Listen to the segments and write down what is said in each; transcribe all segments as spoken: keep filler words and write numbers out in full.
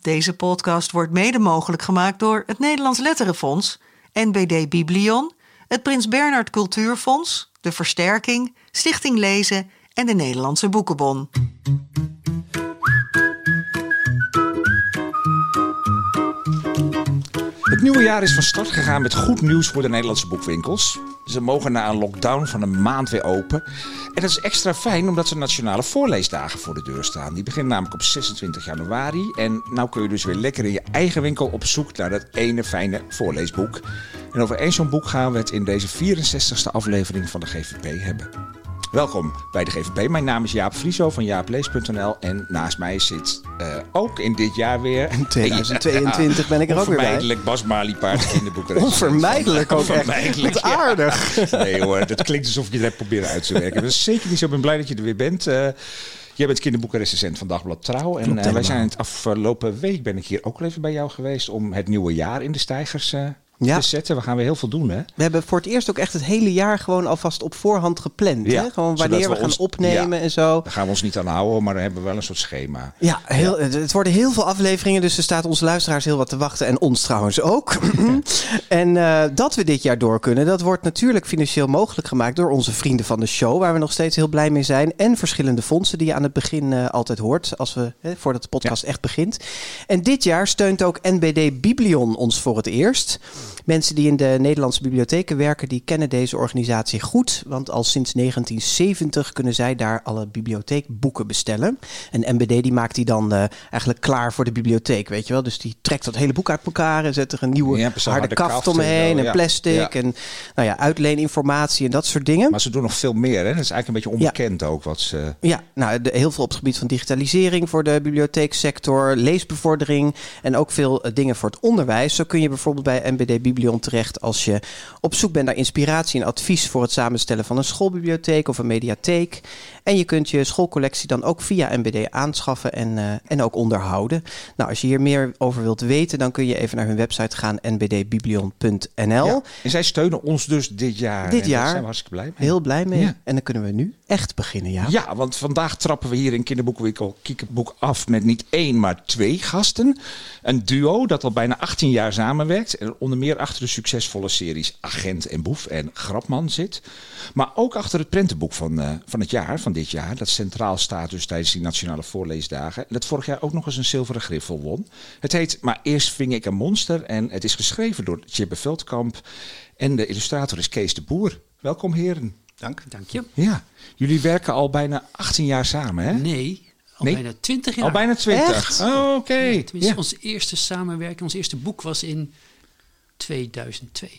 Deze podcast wordt mede mogelijk gemaakt door het Nederlands Letterenfonds, N B D Biblion, het Prins Bernhard Cultuurfonds, de Versterking, Stichting Lezen en de Nederlandse Boekenbon. Het nieuwe jaar is van start gegaan met goed nieuws voor de Nederlandse boekwinkels. Ze mogen na een lockdown van een maand weer open. En dat is extra fijn omdat er nationale voorleesdagen voor de deur staan. Die beginnen namelijk op zesentwintig januari. En nou kun je dus weer lekker in je eigen winkel op zoek naar dat ene fijne voorleesboek. En over één zo'n boek gaan we het in deze vierenzestigste aflevering van de G V P hebben. Welkom bij de G V P. Mijn naam is Jaap Vrieso van jaap lees punt n l. En naast mij zit uh, ook in dit jaar weer... In tweeduizend tweeëntwintig ja, ben ik er ook weer bij. Onvermijdelijk Bas Marliepaard, kinderboekenrecensent. Onvermijdelijk ook Onvermijdelijk, echt. Wat ja. aardig. Nee hoor, dat klinkt alsof je het hebt proberen uit te werken. Dat is zeker niet zo. Ik ben blij dat je er weer bent. Uh, Jij bent kinderboekenrecensent van Dagblad Trouw. En uh, wij zijn het afgelopen week ben ik hier ook al even bij jou geweest om het nieuwe jaar in de stijgers uh, ja. te zetten. We gaan weer heel veel doen, hè? We hebben voor het eerst ook echt het hele jaar gewoon alvast op voorhand gepland. Ja. Hè? Gewoon wanneer we, we gaan ons, opnemen ja, en zo. Daar gaan we ons niet aan houden, maar dan hebben we wel een soort schema. Ja, heel, ja. Het worden heel veel afleveringen, dus er staat onze luisteraars heel wat te wachten. En ons trouwens ook. En uh, dat we dit jaar door kunnen, dat wordt natuurlijk financieel mogelijk gemaakt door onze vrienden van de show, waar we nog steeds heel blij mee zijn. En verschillende fondsen die je aan het begin uh, altijd hoort, als we, hè, voordat de podcast ja. echt begint. En dit jaar steunt ook N B D Biblion ons voor het eerst. Mensen die in de Nederlandse bibliotheken werken, die kennen deze organisatie goed. Want al sinds negentien zeventig kunnen zij daar alle bibliotheekboeken bestellen. En N B D die maakt die dan uh, eigenlijk klaar voor de bibliotheek, weet je wel. Dus die trekt dat hele boek uit elkaar en zet er een nieuwe ja, harde, harde kaft omheen. En ja. plastic ja. en nou ja, uitleeninformatie en dat soort dingen. Maar ze doen nog veel meer, hè? Dat is eigenlijk een beetje onbekend ja. ook. Wat ze... Ja, nou, de, heel veel op het gebied van digitalisering voor de bibliotheeksector, leesbevordering en ook veel uh, dingen voor het onderwijs. Zo kun je bijvoorbeeld bij N B D Biblion terecht als je op zoek bent naar inspiratie en advies voor het samenstellen van een schoolbibliotheek of een mediatheek. En je kunt je schoolcollectie dan ook via N B D aanschaffen en, uh, en ook onderhouden. Nou, als je hier meer over wilt weten, dan kun je even naar hun website gaan, n b d biblion punt n l. Ja, en zij steunen ons dus dit jaar. Dit jaar. Daar zijn we hartstikke blij mee. Heel blij mee. Ja. En dan kunnen we nu echt beginnen, ja. Ja, want vandaag trappen we hier in kinderboekenwinkel Kiekeboek af met niet één, maar twee gasten. Een duo dat al bijna achttien jaar samenwerkt en onder meer achter de succesvolle series Agent en Boef en Grapman zit. Maar ook achter het prentenboek van, uh, van het jaar, van dit jaar. Dat centraal staat dus tijdens die nationale voorleesdagen. En dat vorig jaar ook nog eens een zilveren griffel won. Het heet Maar eerst ving ik een monster. En het is geschreven door Tjibbe Veldkamp. En de illustrator is Kees de Boer. Welkom heren. Dank. Dank je. Ja, jullie werken al bijna achttien jaar samen, hè? Nee, al nee? bijna twintig jaar. Al bijna twintig? Echt? Oh, oké. Okay. Ja, ja. Onze eerste samenwerking, ons eerste boek was in tweeduizend twee.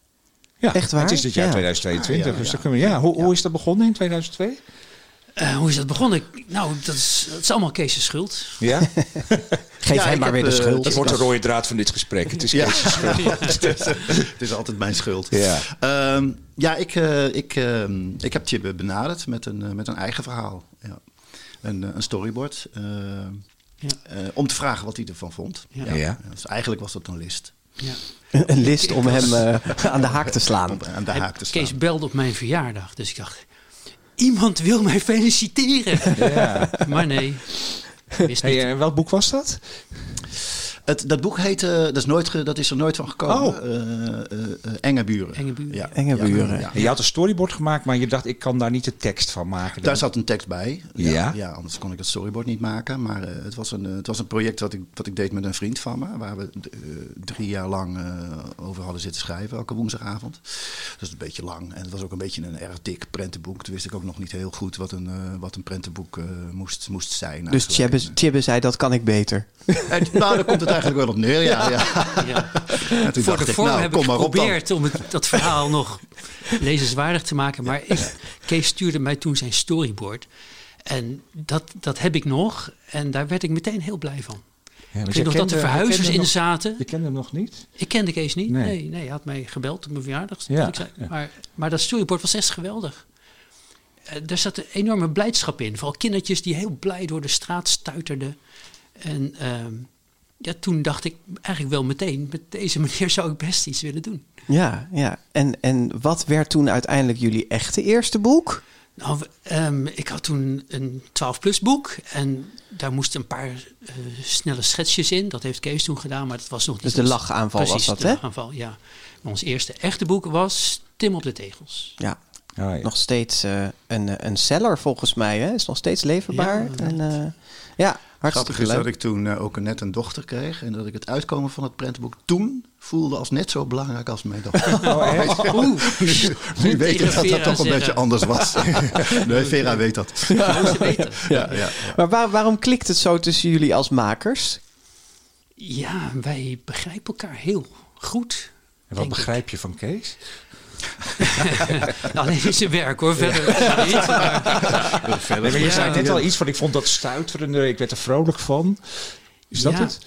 Ja, echt waar? Het is dit jaar ja. tweeduizend tweeëntwintig. Ah, ja, ja. Dus dan we, ja. Hoe, ja. hoe is dat begonnen in tweeduizend twee? Uh, hoe is dat begonnen? Nou, dat is, dat is allemaal Kees' schuld. Ja? Geef ja, hem maar weer de schuld. Dat wordt de rode draad van dit gesprek. Het is ja. Kees' schuld. Ja, het, is, het is altijd mijn schuld. Ja, um, ja ik, uh, ik, uh, ik heb Tjibbe benaderd met een, uh, met een eigen verhaal. Ja. Een, een storyboard. Uh, ja. uh, om te vragen wat hij ervan vond. Ja. Ja. Ja. Dus eigenlijk was dat een list. Ja. Een list om hem uh, aan de haak te slaan. Om, aan de haak te slaan. Kees belde op mijn verjaardag. Dus ik dacht, iemand wil mij feliciteren. Ja. Maar nee. Hey, en welk boek was dat? Het, dat boek heet, uh, dat, is nooit ge, dat is er nooit van gekomen. Oh. Uh, uh, uh, Enge Buren. Enge Buren. Ja. Enge Buren. Ja. En je had een storyboard gemaakt, maar je dacht, ik kan daar niet de tekst van maken. Dan. Daar zat een tekst bij. Ja, ja? ja anders kon ik het storyboard niet maken. Maar uh, het, was een, uh, het was een project wat ik, wat ik deed met een vriend van me. Waar we uh, drie jaar lang uh, over hadden zitten schrijven, elke woensdagavond. Dus een beetje lang. En het was ook een beetje een erg dik prentenboek. Toen wist ik ook nog niet heel goed wat een, uh, wat een prentenboek uh, moest, moest zijn. Dus Tjibbe zei, dat kan ik beter. En, nou, daar komt het eigenlijk wel op neer, ja. Ja. Ja. Voor de vorm nou, heb ik geprobeerd om het, dat verhaal nog lezenswaardig te maken. Maar ik, Kees stuurde mij toen zijn storyboard. En dat, dat heb ik nog. En daar werd ik meteen heel blij van. Ja, ik weet nog dat er verhuizers in nog, zaten. Je kende hem nog niet? Ik kende Kees niet. Nee, nee, nee hij had mij gebeld op mijn verjaardag. Ja, ik zei. Ja. Maar, maar dat storyboard was echt geweldig. Uh, daar zat een enorme blijdschap in. Vooral kindertjes die heel blij door de straat stuiterden. En... Uh, Ja, toen dacht ik eigenlijk wel meteen, met deze manier zou ik best iets willen doen. Ja, ja. En, en wat werd toen uiteindelijk jullie echte eerste boek? Nou, um, ik had toen een twaalf-plus boek en daar moesten een paar uh, snelle schetsjes in. Dat heeft Kees toen gedaan, maar dat was nog niet... Dus de lachaanval precies, was dat, de hè? Lachaanval, ja. Maar ons eerste echte boek was Tim op de tegels. Ja, oh, ja. nog steeds uh, een, een seller volgens mij, hè? Is nog steeds leverbaar. Ja, en, uh, ja hartstikke Grappig is leuk. dat ik toen uh, ook net een dochter kreeg en dat ik het uitkomen van het prentenboek toen voelde als net zo belangrijk als mijn dochter. Oh, echt? Oeh, nu nu weet ik dat dat toch een zeggen. beetje anders was. Nee, Vera weet dat. Ja, ze weten. Ja, ja, ja. Maar waar, waarom klikt het zo tussen jullie als makers? Ja, wij begrijpen elkaar heel goed. En wat begrijp ik. je van Kees? Alleen in zijn werk hoor, verder niet. Maar... Nee, maar je Ja. zei net al iets van, ik vond dat stuiterende, ik werd er vrolijk van. Is dat Ja. het?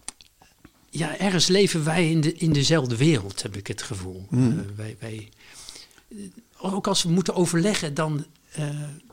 Ja, ergens leven wij in, de, in dezelfde wereld, heb ik het gevoel. Mm. Uh, wij, wij, ook als we moeten overleggen, dan, uh,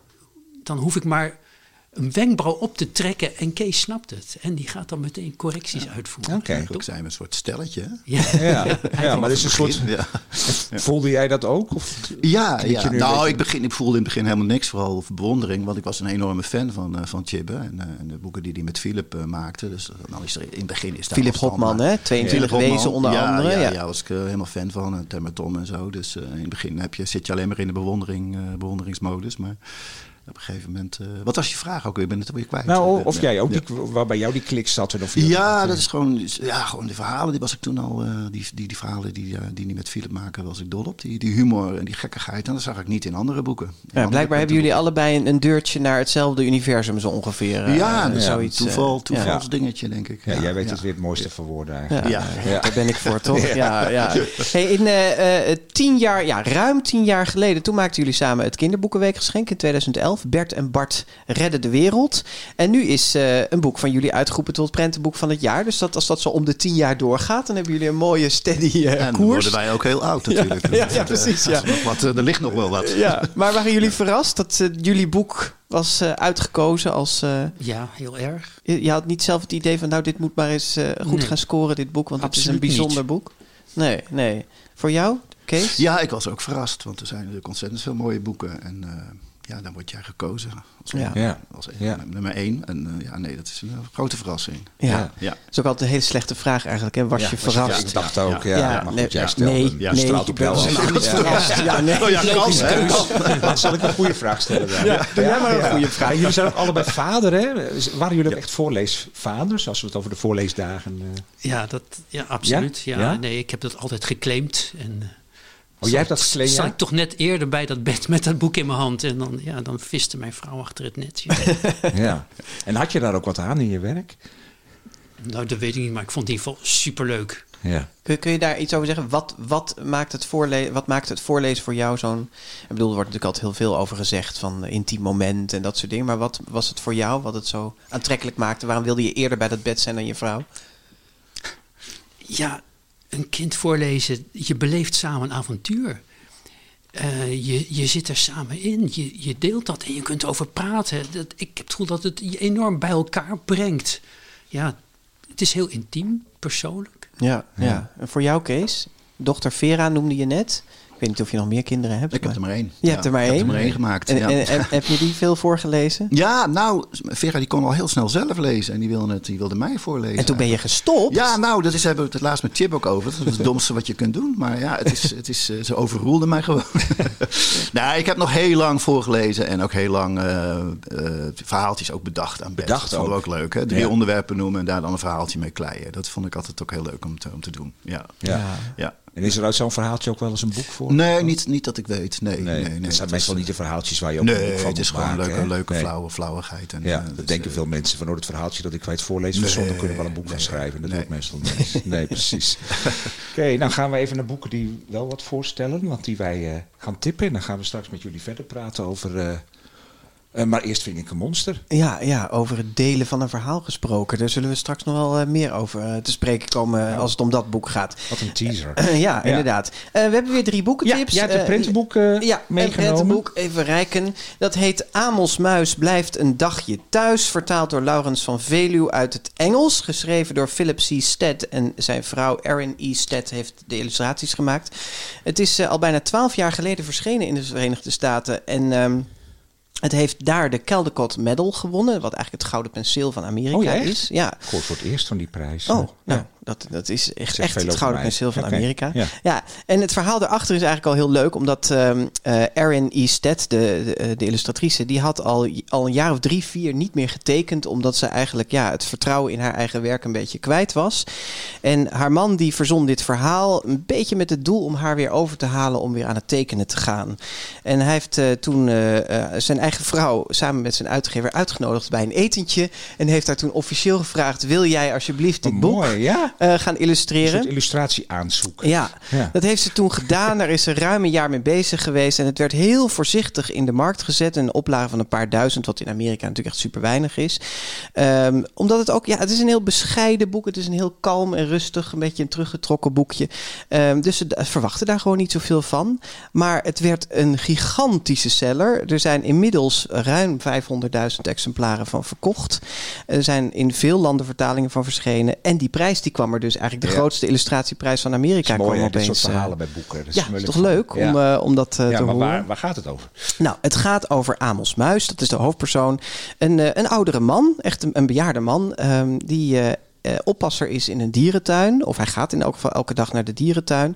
dan hoef ik maar een wenkbrauw op te trekken en Kees snapt het. En die gaat dan meteen correcties uitvoeren. Oké. Eigenlijk zijn we een soort stelletje. Hè? Ja. Ja, ja, maar is een soort... Ja. Voelde jij dat ook? Of Ja, knik je ja. nu een nou, beetje? ik, begin, ik voelde in het begin helemaal niks, vooral bewondering. Want ik was een enorme fan van, uh, van Chibbe en, uh, en de boeken die hij met Philip uh, maakte. Dus dan is er in het begin is daar Philip afstand, Hopman, maar- hè? tweeëntwintig Philip Hopman, wezen onder ja, andere. Ja, Ja, ja, was ik uh, helemaal fan van. En Temmer Tom en zo. Dus uh, in het begin heb je, zit je alleen maar in de bewondering, uh, bewonderingsmodus. Maar op een gegeven moment... Uh, wat was je vraag ook? Ik ben het alweer kwijt. Nou, of Ja. jij ook, Ja. die, waar bij jou die klik zat. En of je Ja, dat is gewoon, ja, gewoon de verhalen. Die was ik toen al, uh, die, die, die verhalen die, uh, die die met Philip maken, was ik dol op. Die, die humor en die gekkigheid. En dat zag ik niet in andere boeken. In Ja, andere blijkbaar hebben jullie prentenboeken. allebei een, een deurtje naar hetzelfde universum zo ongeveer. uh, Ja, uh, dus zoiets. uh, toeval, ja. toevalsdingetje, denk ik. Ja, jij weet ja. het weer het mooiste verwoorden Ja, eigenlijk. Ja. ja, daar ben ik voor, toch? Ja, ja. Hey, in uh, uh, tien jaar, ja, ruim tien jaar geleden, toen maakten jullie samen het Kinderboekenweekgeschenk in tweeduizend elf. Bert en Bart redden de wereld. En nu is uh, een boek van jullie uitgeroepen tot prentenboek van het jaar. Dus dat, als dat zo om de tien jaar doorgaat, dan hebben jullie een mooie steady uh, En dan koers. worden wij ook heel oud natuurlijk. Ja, ja, Dus, ja, uh, precies, ja. als er nog wat, uh, er ligt nog wel wat. Ja, maar waren jullie verrast dat uh, jullie boek was uh, uitgekozen als... Uh, Ja, heel erg. je, je had niet zelf het idee van, nou, dit moet maar eens uh, goed Nee. gaan scoren, dit boek, want het is een Absoluut bijzonder niet. boek. Nee, nee. Voor jou, Kees? Ja, ik was ook verrast, want er zijn natuurlijk ontzettend veel mooie boeken. En uh, ja, dan word jij gekozen als, Ja. Ja. als Ja. nummer één. En uh, ja, nee, dat is een uh, grote verrassing. Ja. Ja. Ja. Dat is ook altijd een hele slechte vraag eigenlijk. Hè? Was Ja, je was verrast? Ik dacht ook, Ja, ja. ja, maar nee, goed, jij ja, stelde nee, hem. Ja, nee, straalt je op bent jou. nog af. niet verrast. Ja, nee. Oh ja, kans, hè? Laat zal ik een goede vraag stellen dan. Ja, doe jij maar een goede vraag. Ja, jullie zijn ook allebei vader, hè? Waren jullie ook echt voorleesvaders, als we het over de voorleesdagen... Uh... Ja, dat, ja absoluut. Ja? Ja? Nee, ik heb dat altijd geclaimd. En, uh, Oh, jij hebt dat geclaimd, Zat ja? ik toch net eerder bij dat bed met dat boek in mijn hand. En dan, ja, dan viste mijn vrouw achter het netje. Ja. En had je daar ook wat aan in je werk? Nou, dat weet ik niet, maar ik vond het in ieder geval superleuk. Ja. Kun, kun je daar iets over zeggen? Wat, wat, maakt het voorle- wat maakt het voorlezen voor jou zo'n... Ik bedoel, er wordt natuurlijk altijd heel veel over gezegd van intiem moment en dat soort dingen. Maar wat was het voor jou wat het zo aantrekkelijk maakte? Waarom wilde je eerder bij dat bed zijn dan je vrouw? Ja, een kind voorlezen, je beleeft samen een avontuur. Uh, je, je zit er samen in, je, je deelt dat en je kunt erover praten. Dat, ik heb het gevoel dat het je enorm bij elkaar brengt. Ja, het is heel intiem, persoonlijk. Ja, ja. Ja. En voor jou, Kees? Dochter Vera noemde je net. Ik weet niet of je nog meer kinderen hebt. Ik heb maar- er maar één. Je Ja, hebt er maar ik één? heb er maar één gemaakt. En, ja. en, en heb je die veel voorgelezen? Ja, nou, Vera die kon al heel snel zelf lezen. En die wilde, het, die wilde mij voorlezen. En toen ben je gestopt? Ja, nou, dat is, hebben we het laatst met Chip ook over. Dat is het domste wat je kunt doen. Maar ja, het is, het is, uh, ze overroelde mij gewoon. Nou, ik heb nog heel lang voorgelezen. En ook heel lang uh, uh, verhaaltjes ook bedacht aan bed. Bedacht Dat vonden we ook. ook leuk. Hè? Drie Ja. onderwerpen noemen en daar dan een verhaaltje mee kleien. Dat vond ik altijd ook heel leuk om te, om te doen. Ja. Ja. Ja. Ja. En is er uit zo'n verhaaltje ook wel eens een boek voor? Nee, niet, niet dat ik weet. Nee, Nee, nee, nee, dat zijn is, meestal uh, niet de verhaaltjes waar je ook een boek Nee, van het is moet gewoon maken, leuke, hè? leuke Nee. flauwe, flauwigheid. En, Ja, uh, dat dus, denken uh, veel mensen. Van oh, het verhaaltje dat ik kwijt voorlees van Nee, zondag kunnen we wel een boek gaan nee, schrijven. Dat nee. doe ik meestal niet. Nee, precies. Oké, okay, nou gaan we even naar boeken die wel wat voorstellen. Want die wij uh, gaan tippen. En dan gaan we straks met jullie verder praten over... Uh, uh, maar eerst vind ik een monster. Ja, ja, over het delen van een verhaal gesproken. Daar zullen we straks nog wel uh, meer over uh, te spreken komen uh, als het om dat boek gaat. Wat een teaser. Uh, ja, ja, inderdaad. Uh, we hebben weer drie boekentips. Ja, jij hebt een prentenboek uh, uh, ja, meegenomen. een prentenboek, even reiken. Dat heet Amos Muis blijft een dagje thuis. Vertaald door Laurens van Veluwe uit het Engels. Geschreven door Philip C. Stead en zijn vrouw Erin E. Stead heeft de illustraties gemaakt. Het is uh, al bijna twaalf jaar geleden verschenen in de Verenigde Staten. En... Um, Het heeft daar de Caldecott Medal gewonnen, wat eigenlijk het gouden penseel van Amerika oh, ja, is. Ja. Ik hoor voor het eerst van die prijs. Oh, ja. nou, dat, dat is echt, echt het gouden penseel van okay. Amerika. Ja. ja, en het verhaal daarachter is eigenlijk al heel leuk, omdat um, uh, Erin E. Stedt, de, de, de illustratrice, die had al, al een jaar of drie, vier niet meer getekend, omdat ze eigenlijk ja, het vertrouwen in haar eigen werk een beetje kwijt was. En haar man die verzon dit verhaal een beetje met het doel om haar weer over te halen om weer aan het tekenen te gaan. En hij heeft uh, toen uh, uh, zijn eigen vrouw samen met zijn uitgever uitgenodigd bij een etentje en heeft haar toen officieel gevraagd: wil jij alsjeblieft dit oh, boek mooi, ja. uh, gaan illustreren? Een soort illustratie aanzoeken. Ja, ja, dat heeft ze toen gedaan. Daar is ze ruim een jaar mee bezig geweest en het werd heel voorzichtig in de markt gezet. Een oplage van een paar duizend, wat in Amerika natuurlijk echt super weinig is. Um, omdat het ook, ja, het is een heel bescheiden boek. Het is een heel kalm en rustig, een beetje een teruggetrokken boekje. Um, dus ze d- verwachten daar gewoon niet zoveel van. Maar het werd een gigantische seller. Er zijn inmiddels ruim vijfhonderdduizend exemplaren van verkocht. Er zijn in veel landen vertalingen van verschenen. En die prijs die kwam er dus eigenlijk de ja. grootste illustratieprijs van Amerika. Dat is mooi, kwam hè, opeens. Dit soort verhalen bij boeken. Dat ja, is is toch leuk ja. om, uh, om dat uh, ja, te maar horen. Waar, waar gaat het over? Nou, het gaat over Amos Muis. Dat is de hoofdpersoon. Een, uh, een oudere man, echt een, een bejaarde man, um, die uh, uh, oppasser is in een dierentuin. Of hij gaat in elk geval elke dag naar de dierentuin.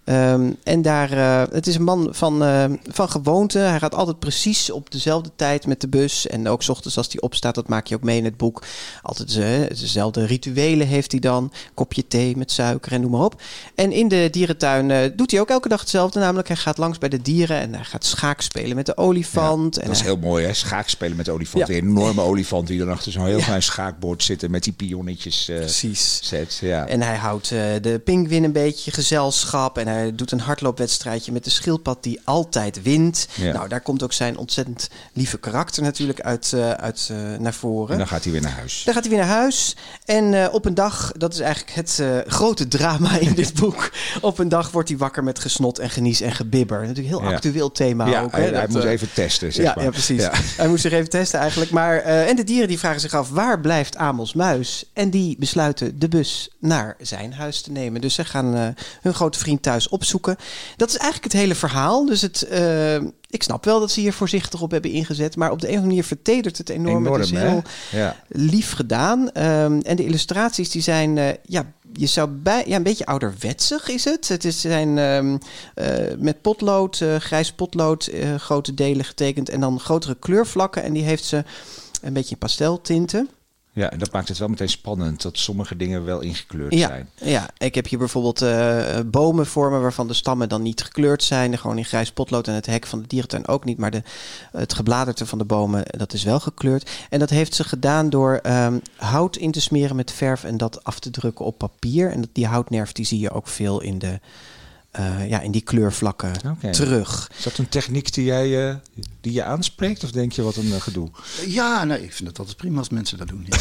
Um, en daar, uh, het is een man van, uh, van gewoonte. Hij gaat altijd precies op dezelfde tijd met de bus. En ook 's ochtends als hij opstaat, dat maak je ook mee in het boek. Altijd uh, dezelfde rituelen heeft hij dan. Kopje thee met suiker en noem maar op. En in de dierentuin uh, doet hij ook elke dag hetzelfde. Namelijk, hij gaat langs bij de dieren en hij gaat schaakspelen met de olifant. Ja, en dat is hij... heel mooi, hè? Schaakspelen met de olifant. Ja. Een enorme olifant die dan achter zo'n heel ja. klein schaakbord zit met die pionnetjes uh, Precies. zet. Ja. En hij houdt uh, de pinguïn een beetje gezelschap. En hij doet een hardloopwedstrijdje met de schildpad die altijd wint. Ja. Nou, daar komt ook zijn ontzettend lieve karakter natuurlijk uit, uh, uit uh, naar voren. En dan gaat hij weer naar huis. Dan gaat hij weer naar huis. En uh, op een dag, dat is eigenlijk het uh, grote drama in dit boek. Op een dag wordt hij wakker met gesnot en genies en gebibber. Natuurlijk een heel ja. actueel thema ja, ook. Hij, hè, hij dat, moest uh, even testen, zeg ja, maar. Ja, precies. Ja. Hij moest zich even testen eigenlijk. Maar, uh, en de dieren die vragen zich af, waar blijft Amos Muis? En die besluiten de bus naar zijn huis te nemen. Dus ze gaan uh, hun grote vriend thuis opzoeken. Dat is eigenlijk het hele verhaal. Dus het, uh, ik snap wel dat ze hier voorzichtig op hebben ingezet. Maar op de een of andere manier vertedert het enorm. enorm het is heel ja. lief gedaan. Um, en de illustraties die zijn... Uh, ja, je zou bij, ja, een beetje ouderwetsig is het. Het is zijn um, uh, met potlood, uh, grijs potlood, uh, grote delen getekend. En dan grotere kleurvlakken. En die heeft ze een beetje in pasteltinten. Ja, en dat maakt het wel meteen spannend dat sommige dingen wel ingekleurd ja, zijn. Ja, ik heb hier bijvoorbeeld uh, bomen voor me waarvan de stammen dan niet gekleurd zijn. Gewoon in grijs potlood en het hek van de dierentuin ook niet. Maar de, het gebladerte van de bomen, dat is wel gekleurd. En dat heeft ze gedaan door um, hout in te smeren met verf en dat af te drukken op papier. En die houtnerf die zie je ook veel in de... Uh, ja, in die kleurvlakken okay. terug. Is dat een techniek die jij uh, die je aanspreekt? Of denk je wat een uh, gedoe? Ja, nee, ik vind het altijd prima als mensen dat doen. Ja.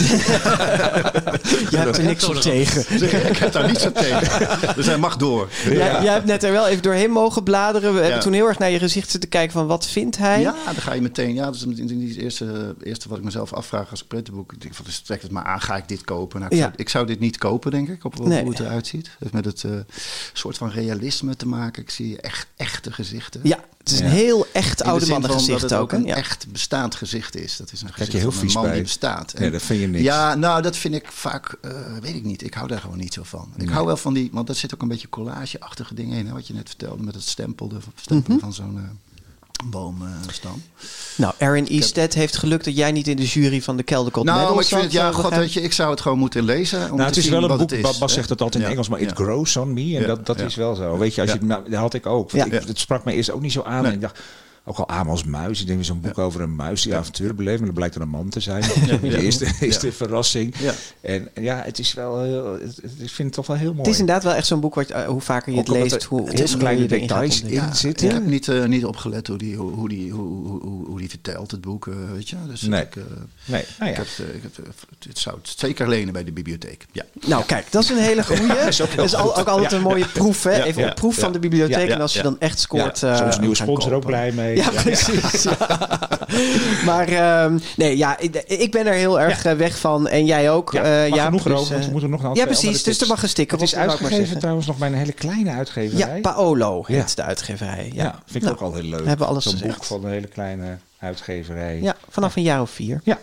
Jij hebt er niks op tegen. Ik heb daar niets op tegen. Dus hij mag door. Ja. Jij, jij hebt net er wel even doorheen mogen bladeren. We ja. hebben toen heel erg naar je gezicht zitten kijken van wat vindt hij? Ja, dan ga je meteen. Ja, dus in die eerste, eerste wat ik mezelf afvraag als ik prettenboek. Ik denk van, dus trek het maar aan. Ga ik dit kopen? Nou, ik, ja. zou, ik zou dit niet kopen, denk ik. Op nee. hoe het eruit ziet. Dus met het uh, soort van realisme te maken. Ik zie echt echte gezichten. Ja, het is ja. een heel echt oude mannen gezicht dat het ook. een ja. echt bestaand gezicht is. Dat is een Kijk gezicht je heel van een vies man bij. die bestaat. En ja, dat vind je niks. Ja, nou, dat vind ik vaak, uh, weet ik niet. Ik hou daar gewoon niet zo van. Ik nee. hou wel van die, want daar zit ook een beetje collage-achtige dingen in. Hè, wat je net vertelde met het stempelde, stempelen mm-hmm. van zo'n... Uh, boomstam. Uh, nou, Erin E. Stedt heeft gelukt dat jij niet in de jury van de Caldecott nou, Medal maar ik vind zat. het, ja, god, weet je, ik zou het gewoon moeten lezen. Om nou, te het is zien wel een wat boek. Het is, Bas zegt het altijd in ja. Engels, maar ja. it grows on me. En ja. dat, dat ja. is wel zo. Weet je, als ja. je, nou, dat had ik ook. Ja. Ik, het sprak me eerst ook niet zo aan. Nee. En ik dacht, ook al Amos Muis. Ik denk zo'n boek ja. over een muis die ja. avonturen beleeft. Maar dat blijkt er een man te zijn. Ja. De eerste, eerste ja. verrassing. Ja. En ja, het is wel heel, het, ik vind het toch wel heel mooi. Het is inderdaad wel echt zo'n boek wat uh, hoe vaker je ook het leest, het, hoe het hoe kleine je details in ja, zitten. Ik heb niet, uh, niet opgelet hoe die, hoe, hoe die, hoe, hoe, hoe die vertelt het boek, uh, weet je. Dus nee. ik, uh, nee. Nou ja. ik heb, uh, ik heb, uh, het zou het zeker lenen bij de bibliotheek. Ja. Nou, ja. Kijk, dat is een hele goeie. Dat is ook, dat is al, ook altijd ja. een mooie proef, hè? Even ja. op proef ja. van de bibliotheek. Ja. Ja. En als je dan echt scoort... Ja. Soms uh, een nieuwe sponsor ook blij mee. Ja, precies. Ja. Maar um, nee, ja, ik, ik ben er heel erg ja. weg van. En jij ook. Ja, uh, ja genoeg dus, erover, want we moeten nog een Ja, precies. Dus er mag een sticker op. Het is uitgegeven trouwens nog bij een hele kleine uitgeverij. Ja, Paolo heet ja. de uitgeverij. Ja, ja vind ik nou, ook al heel leuk. We hebben alles Zo'n gezegd. boek van een hele kleine... uitgeverij. Ja, vanaf ja. een jaar of vier. Ja.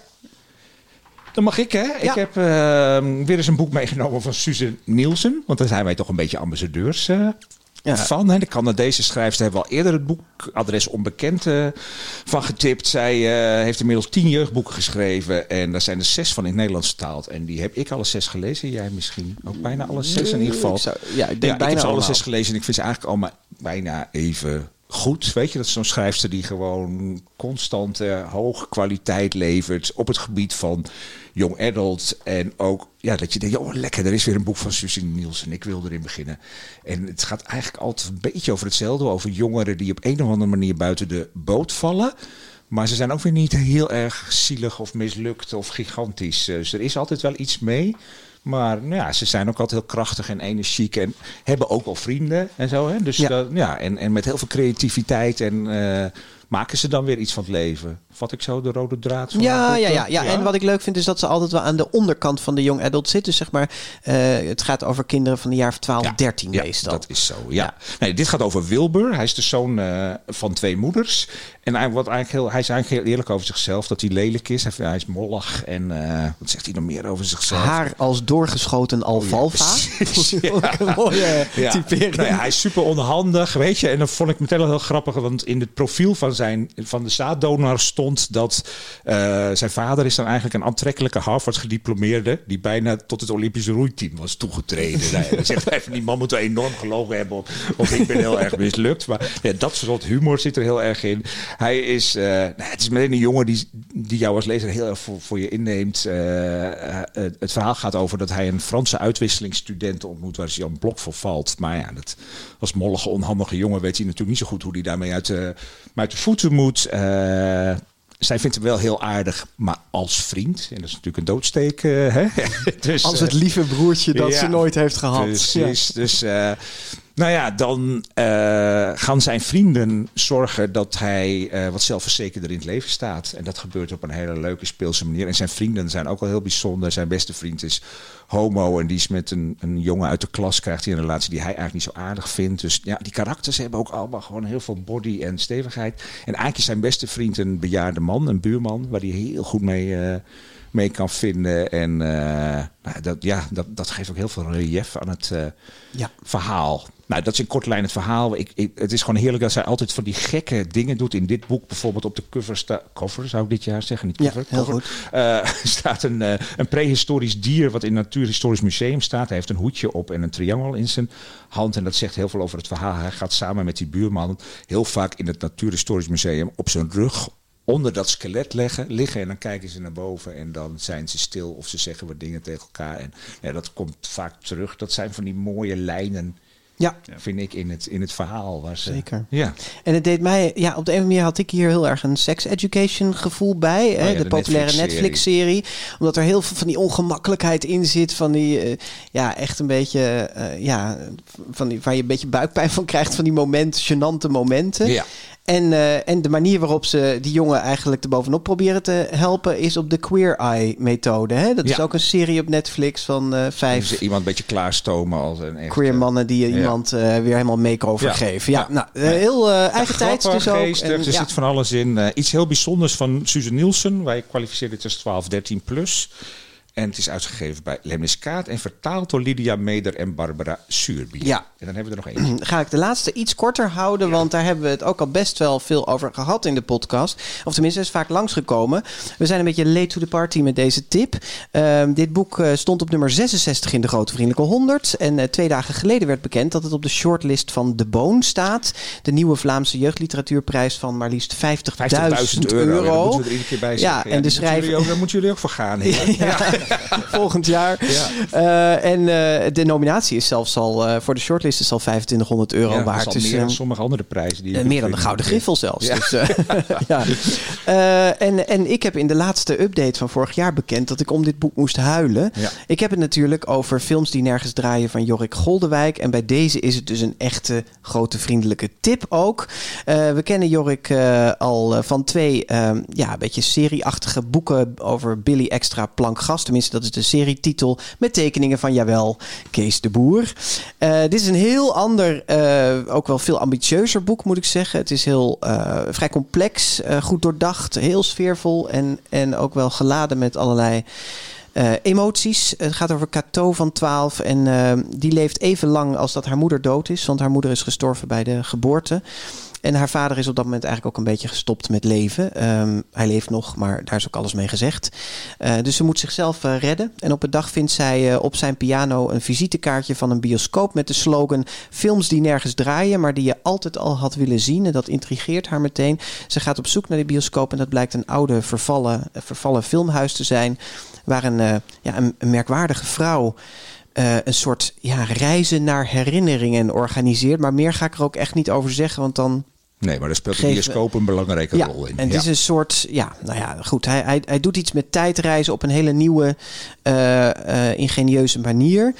Dan mag ik, hè? Ja. Ik heb uh, weer eens een boek meegenomen van Suze Nielsen. Want daar zijn wij toch een beetje ambassadeurs uh, ja. van. Hè? De Canadese schrijfster hebben we al eerder het boek Adres Onbekend uh, van getipt. Zij uh, heeft inmiddels tien jeugdboeken geschreven. En daar zijn er zes van in het Nederlands vertaald. En die heb ik alle zes gelezen. Jij misschien ook bijna alle zes in ieder geval. Ik zou, ja, ik denk ja, bijna ik heb ze alle allemaal. zes gelezen. En ik vind ze eigenlijk allemaal bijna even goed. Weet je, dat is zo'n schrijfster die gewoon constant uh, hoge kwaliteit levert op het gebied van young adult. En ook ja, dat je denkt, oh lekker, er is weer een boek van Suze Nielsen. Ik wil erin beginnen. En het gaat eigenlijk altijd een beetje over hetzelfde. Over jongeren die op een of andere manier buiten de boot vallen. Maar ze zijn ook weer niet heel erg zielig of mislukt of gigantisch. Dus er is altijd wel iets mee. Maar nou ja, ze zijn ook altijd heel krachtig en energiek en hebben ook al vrienden en zo. Hè? Dus ja. Dat, ja, en, en met heel veel creativiteit en uh, maken ze dan weer iets van het leven. Vat ik zo de rode draad van ja, ja, ja, ja, en wat ik leuk vind is dat ze altijd wel aan de onderkant van de young adult zit. Dus zeg maar, uh, het gaat over kinderen van de jaar twaalf, ja, dertien ja, meestal. Dat is zo, ja. ja. Nee, dit gaat over Wilbur. Hij is de zoon uh, van twee moeders. En hij, wat eigenlijk heel, hij is eigenlijk heel eerlijk over zichzelf, dat hij lelijk is. Hij, hij is mollig en uh, wat zegt hij nog meer over zichzelf? Haar als doorgeschoten alfalfa. Oh, ja, ja. Een mooie ja. typering. Nou ja, hij is super onhandig, weet je. En dat vond ik meteen al heel grappig, want in het profiel van, zijn, van de zaaddonor stond dat uh, zijn vader is dan eigenlijk een aantrekkelijke Harvard gediplomeerde die bijna tot het Olympische roeiteam was toegetreden. Nou, hij zegt even, die man moet er enorm gelogen hebben of, of ik ben heel erg mislukt. Maar ja, dat soort humor zit er heel erg in. Hij is, uh, nou, het is meteen een jongen die, die jou als lezer heel erg voor, voor je inneemt. Uh, uh, het verhaal gaat over dat hij een Franse uitwisselingsstudent ontmoet waar hij een blok voor valt. Maar ja, dat, als mollige, onhandige jongen weet hij natuurlijk niet zo goed hoe hij daarmee uit, uh, uit de voeten moet. Uh, Zij vindt hem wel heel aardig, maar als vriend. En dat is natuurlijk een doodsteek. Uh, hè? dus, als het lieve broertje dat ja, ze nooit heeft gehad. Precies. Ja. Dus, uh, nou ja, dan uh, gaan zijn vrienden zorgen dat hij uh, wat zelfverzekerder in het leven staat. En dat gebeurt op een hele leuke speelse manier. En zijn vrienden zijn ook wel heel bijzonder. Zijn beste vriend is homo en die is met een, een jongen uit de klas, krijgt hij een relatie die hij eigenlijk niet zo aardig vindt. Dus ja, die karakters hebben ook allemaal gewoon heel veel body en stevigheid. En eigenlijk is zijn beste vriend een bejaarde man, een buurman, waar hij heel goed mee, uh, mee kan vinden. En uh, nou, dat, ja, dat, dat geeft ook heel veel relief aan het uh, ja. verhaal. Nou, dat is in korte lijn het verhaal. Ik, ik, het is gewoon heerlijk dat zij altijd van die gekke dingen doet. In dit boek bijvoorbeeld op de cover, sta, cover zou ik dit jaar zeggen, niet cover. Ja, heel cover. goed. Uh, staat een, uh, een prehistorisch dier wat in het Natuurhistorisch Museum staat. Hij heeft een hoedje op en een triangel in zijn hand. En dat zegt heel veel over het verhaal. Hij gaat samen met die buurman heel vaak in het Natuurhistorisch Museum op zijn rug onder dat skelet leggen, liggen en dan kijken ze naar boven en dan zijn ze stil of ze zeggen wat dingen tegen elkaar. En ja, dat komt vaak terug. Dat zijn van die mooie lijnen. Ja, vind ik in het, in het verhaal. Waar ze, Zeker. Ja. En het deed mij, ja, op de een of andere manier had ik hier heel erg een sex education gevoel bij. Oh hè, ja, de, de populaire Netflix-serie. Netflix-serie. Omdat er heel veel van die ongemakkelijkheid in zit. Van die, uh, ja, echt een beetje, uh, ja, van die, waar je een beetje buikpijn van krijgt. Van die momenten, gênante momenten. Ja. En, uh, en de manier waarop ze die jongen eigenlijk erbovenop proberen te helpen is op de Queer Eye methode. Hè? Dat ja. is ook een serie op Netflix van uh, vijf... Dus iemand een beetje klaarstomen als een echt... queer mannen die ja. iemand uh, weer helemaal makeover ja. geven. Ja, ja. nou, uh, heel uh, eigen tijd dus ook. Geestig, en, er ja. zit van alles in. Uh, iets heel bijzonders van Suze Nielsen. Wij kwalificeren het als twaalf, dertien plus. En het is uitgegeven bij Lemniskaat en vertaald door Lydia Meder en Barbara Suurbier. Ja. En dan hebben we er nog één. Ga ik de laatste iets korter houden, ja. want daar hebben we het ook al best wel veel over gehad in de podcast. Of tenminste, is vaak langsgekomen. We zijn een beetje late to the party met deze tip. Uh, dit boek uh, stond op nummer zesenzestig in de Grote Vriendelijke honderd. En uh, twee dagen geleden werd bekend dat het op de shortlist van De Boon staat. De nieuwe Vlaamse jeugdliteratuurprijs van maar liefst vijftigduizend euro. euro. Ja, dat moeten we er iedere keer bij zeggen. Ja, en ja, de schrijver... Daar moeten jullie ook voor gaan. ja. ja. Volgend jaar. Ja. Uh, en uh, de nominatie is zelfs al uh, voor de shortlist is al vijfentwintighonderd euro ja, waard. Dat is al dus, meer dan uh, sommige andere prijzen. Die uh, meer dan de Gouden Griffel zelfs. Ja. Dus, uh, ja. uh, en, en ik heb in de laatste update van vorig jaar bekend dat ik om dit boek moest huilen. Ja. Ik heb het natuurlijk over Films die nergens draaien van Jorik Goldewijk. En bij deze is het dus een echte grote vriendelijke tip ook. Uh, we kennen Jorik uh, al uh, van twee uh, ja, een beetje serieachtige boeken over Billy Extra Plankgas. Tenminste, dat is de serietitel met tekeningen van, jawel, Kees de Boer. Uh, dit is een heel ander, uh, ook wel veel ambitieuzer boek, moet ik zeggen. Het is heel uh, vrij complex, uh, goed doordacht, heel sfeervol en, en ook wel geladen met allerlei Uh, emoties. Het gaat over Cato van twaalf en uh, die leeft even lang als dat haar moeder dood is. Want haar moeder is gestorven bij de geboorte. En haar vader is op dat moment eigenlijk ook een beetje gestopt met leven. Um, hij leeft nog, maar daar is ook alles mee gezegd. Uh, dus ze moet zichzelf uh, redden. En op een dag vindt zij uh, op zijn piano een visitekaartje van een bioscoop met de slogan: films die nergens draaien, maar die je altijd al had willen zien. En dat intrigeert haar meteen. Ze gaat op zoek naar die bioscoop en dat blijkt een oude vervallen, vervallen filmhuis te zijn, waar een, uh, ja, een, een merkwaardige vrouw Uh, een soort ja, reizen naar herinneringen organiseert. Maar meer ga ik er ook echt niet over zeggen, want dan... Nee, maar daar speelt de bioscoop een belangrijke ja, rol in. En het ja. is een soort... Ja, nou ja, goed. Hij, hij, hij doet iets met tijdreizen op een hele nieuwe, uh, uh, ingenieuze manier.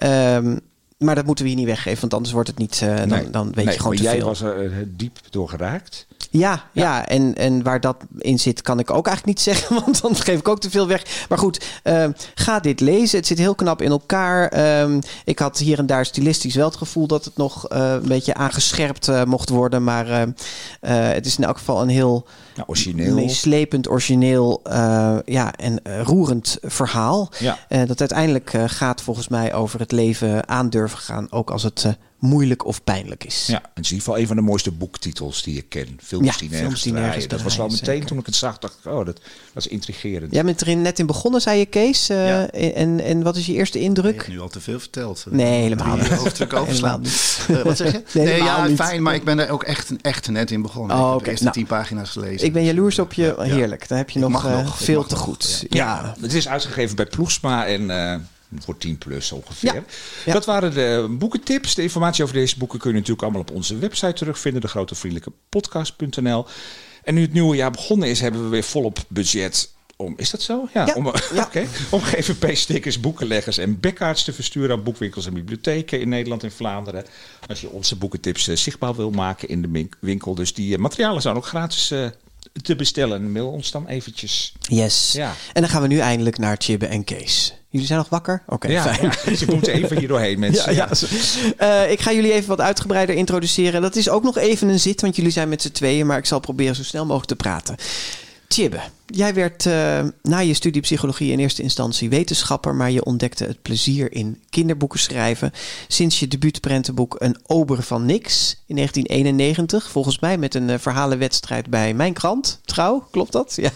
Um, maar dat moeten we hier niet weggeven, want anders wordt het niet... Uh, dan, nee, dan weet nee, je gewoon te jij veel. was er uh, diep door geraakt. Ja, ja. ja en, en waar dat in zit kan ik ook eigenlijk niet zeggen, want dan geef ik ook te veel weg. Maar goed, uh, ga dit lezen. Het zit heel knap in elkaar. Um, ik had hier en daar stilistisch wel het gevoel dat het nog uh, een beetje aangescherpt uh, mocht worden. Maar uh, uh, het is in elk geval een heel ja, origineel. meeslepend, origineel uh, ja, en uh, roerend verhaal. Ja. Uh, dat uiteindelijk uh, gaat volgens mij over het leven aandurven gaan, ook als het... Uh, moeilijk of pijnlijk is. Ja, het is in ieder geval een van de mooiste boektitels die ik ken. Films ja, die nergens draaien. Dat was wel meteen zeker. Toen ik het zag, dacht ik, oh, dat, dat is intrigerend. Jij bent er net in begonnen, zei je, Kees. Uh, ja. en, en wat is je eerste indruk? Ik heb nu al te veel verteld. Nee, helemaal niet. Hoofdstuk overslaan. uh, wat zeg je? Nee, nee ja, niet. Fijn, maar ik ben er ook echt, echt net in begonnen. Oh, ik heb okay. de eerste nou, tien pagina's gelezen. Ik ben jaloers op je. Heerlijk. Dan heb je nog, uh, nog veel te nog. goed. Ja. Ja. Het is uitgegeven bij Ploegsma en... Uh, voor tien plus ongeveer. Ja, ja. Dat waren de boekentips. De informatie over deze boeken kun je natuurlijk allemaal op onze website terugvinden. de grote vriendelijke podcast punt n l. En nu het nieuwe jaar begonnen is, hebben we weer volop budget om... Is dat zo? Ja. ja. Om, ja. Okay, om G V P-stickers, boekenleggers en backcards te versturen aan boekwinkels en bibliotheken in Nederland en Vlaanderen. Als je onze boekentips uh, zichtbaar wil maken in de winkel. Dus die uh, materialen zijn ook gratis uh, te bestellen. Mail ons dan eventjes. Yes. Ja. En dan gaan we nu eindelijk naar Tjibbe en Kees. Jullie zijn nog wakker? Oké, okay, ja, fijn. Ja, je moet even hier doorheen, mensen. Ja, ja. Uh, ik ga jullie even wat uitgebreider introduceren. Dat is ook nog even een zit, want jullie zijn met z'n tweeën. Maar ik zal proberen zo snel mogelijk te praten. Tjibbe, jij werd uh, na je studie psychologie in eerste instantie wetenschapper, maar je ontdekte het plezier in kinderboeken schrijven sinds je debuutprentenboek Een Ober van Niks in negentien eenennegentig. Volgens mij met een uh, verhalenwedstrijd bij Mijn Krant. Trouw, klopt dat? Ja.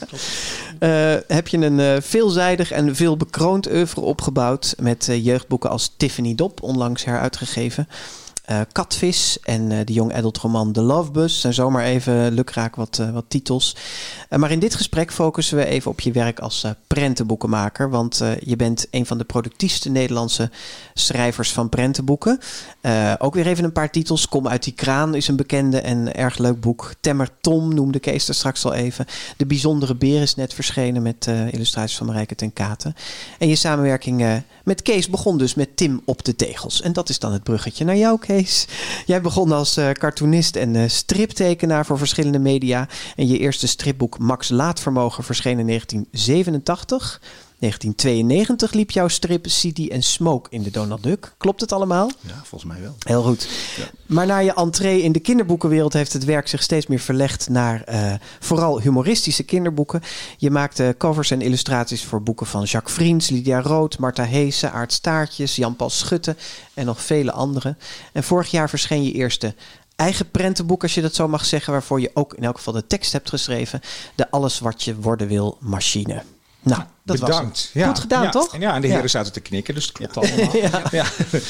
Uh, heb je een uh, veelzijdig en veel bekroond oeuvre opgebouwd met uh, jeugdboeken als Tiffany Dop, onlangs heruitgegeven. Uh, Katvis en uh, de young adult roman The Love Bus zijn zomaar even lukraak wat, uh, wat titels. Uh, maar in dit gesprek focussen we even op je werk als uh, prentenboekenmaker. Want uh, je bent een van de productiefste Nederlandse schrijvers van prentenboeken. Uh, ook weer even een paar titels. Kom uit die kraan is een bekende en erg leuk boek. Temmer Tom noemde Kees er straks al even. De Bijzondere Beer is net verschenen met uh, illustraties van Marijke ten Katen. En je samenwerking uh, met Kees begon dus met Tim op de Tegels. En dat is dan het bruggetje naar jou, Kees. Jij begon als uh, cartoonist en uh, striptekenaar voor verschillende media. En je eerste stripboek Max Laatvermogen verscheen in negentien zevenentachtig. negentien tweeënnegentig liep jouw strip C D and Smoke in de Donald Duck. Klopt het allemaal? Ja, volgens mij wel. Heel goed. Ja. Maar na je entree in de kinderboekenwereld heeft het werk zich steeds meer verlegd naar uh, vooral humoristische kinderboeken. Je maakte covers en illustraties voor boeken van Jacques Vriends, Lydia Rood, Marta Heese, Aart Staartjes, Jan-Paul Schutte en nog vele anderen. En vorig jaar verscheen je eerste eigen prentenboek, als je dat zo mag zeggen, waarvoor je ook in elk geval de tekst hebt geschreven. De Alles wat je worden wil machine. Nou, dat bedankt. Was ja. Goed gedaan, ja. toch? En ja, en de heren ja. zaten te knikken, dus het klopt ja. allemaal. ja. Ja.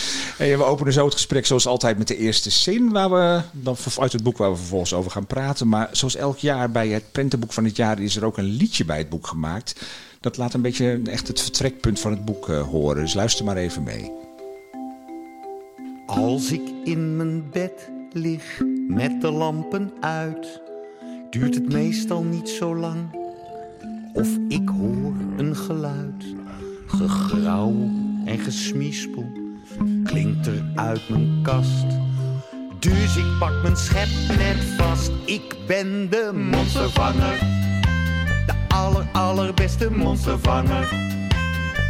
En we openen zo het gesprek zoals altijd met de eerste zin, waar we dan uit het boek waar we vervolgens over gaan praten. Maar zoals elk jaar bij het prentenboek van het jaar is er ook een liedje bij het boek gemaakt. Dat laat een beetje echt het vertrekpunt van het boek uh, horen. Dus luister maar even mee. Als ik in mijn bed lig met de lampen uit, duurt het meestal niet zo lang. Of ik hoor een geluid, gegrauw en gesmiespel, klinkt er uit mijn kast. Dus ik pak mijn schep net vast, ik ben de monstervanger. De aller allerbeste monstervanger.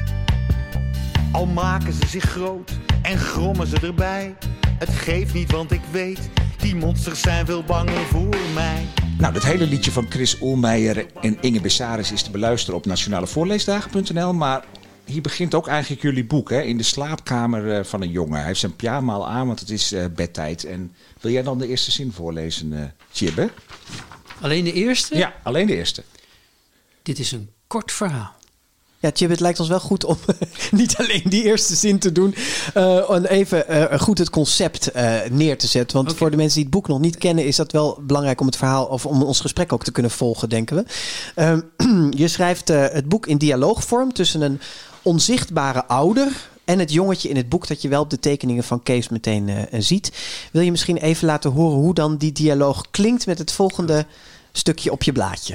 Al maken ze zich groot en grommen ze erbij. Het geeft niet, want ik weet, die monsters zijn veel banger voor mij. Nou, dat hele liedje van Chris Oelmeijer en Inge Bessaris is te beluisteren op nationale voorleesdagen punt n l. Maar hier begint ook eigenlijk jullie boek, hè? In de slaapkamer van een jongen. Hij heeft zijn pyjama al aan, want het is uh, bedtijd. En wil jij dan de eerste zin voorlezen, uh, Tjibbe? Alleen de eerste? Ja, alleen de eerste. Dit is een kort verhaal. Ja, Tjibbe, het lijkt ons wel goed om niet alleen die eerste zin te doen. Uh, en even uh, goed het concept uh, neer te zetten. Want okay. voor de mensen die het boek nog niet kennen, is dat wel belangrijk om het verhaal of om ons gesprek ook te kunnen volgen, denken we. Uh, je schrijft uh, het boek in dialoogvorm tussen een onzichtbare ouder en het jongetje in het boek dat je wel op de tekeningen van Kees meteen uh, ziet. Wil je misschien even laten horen hoe dan die dialoog klinkt met het volgende stukje op je blaadje?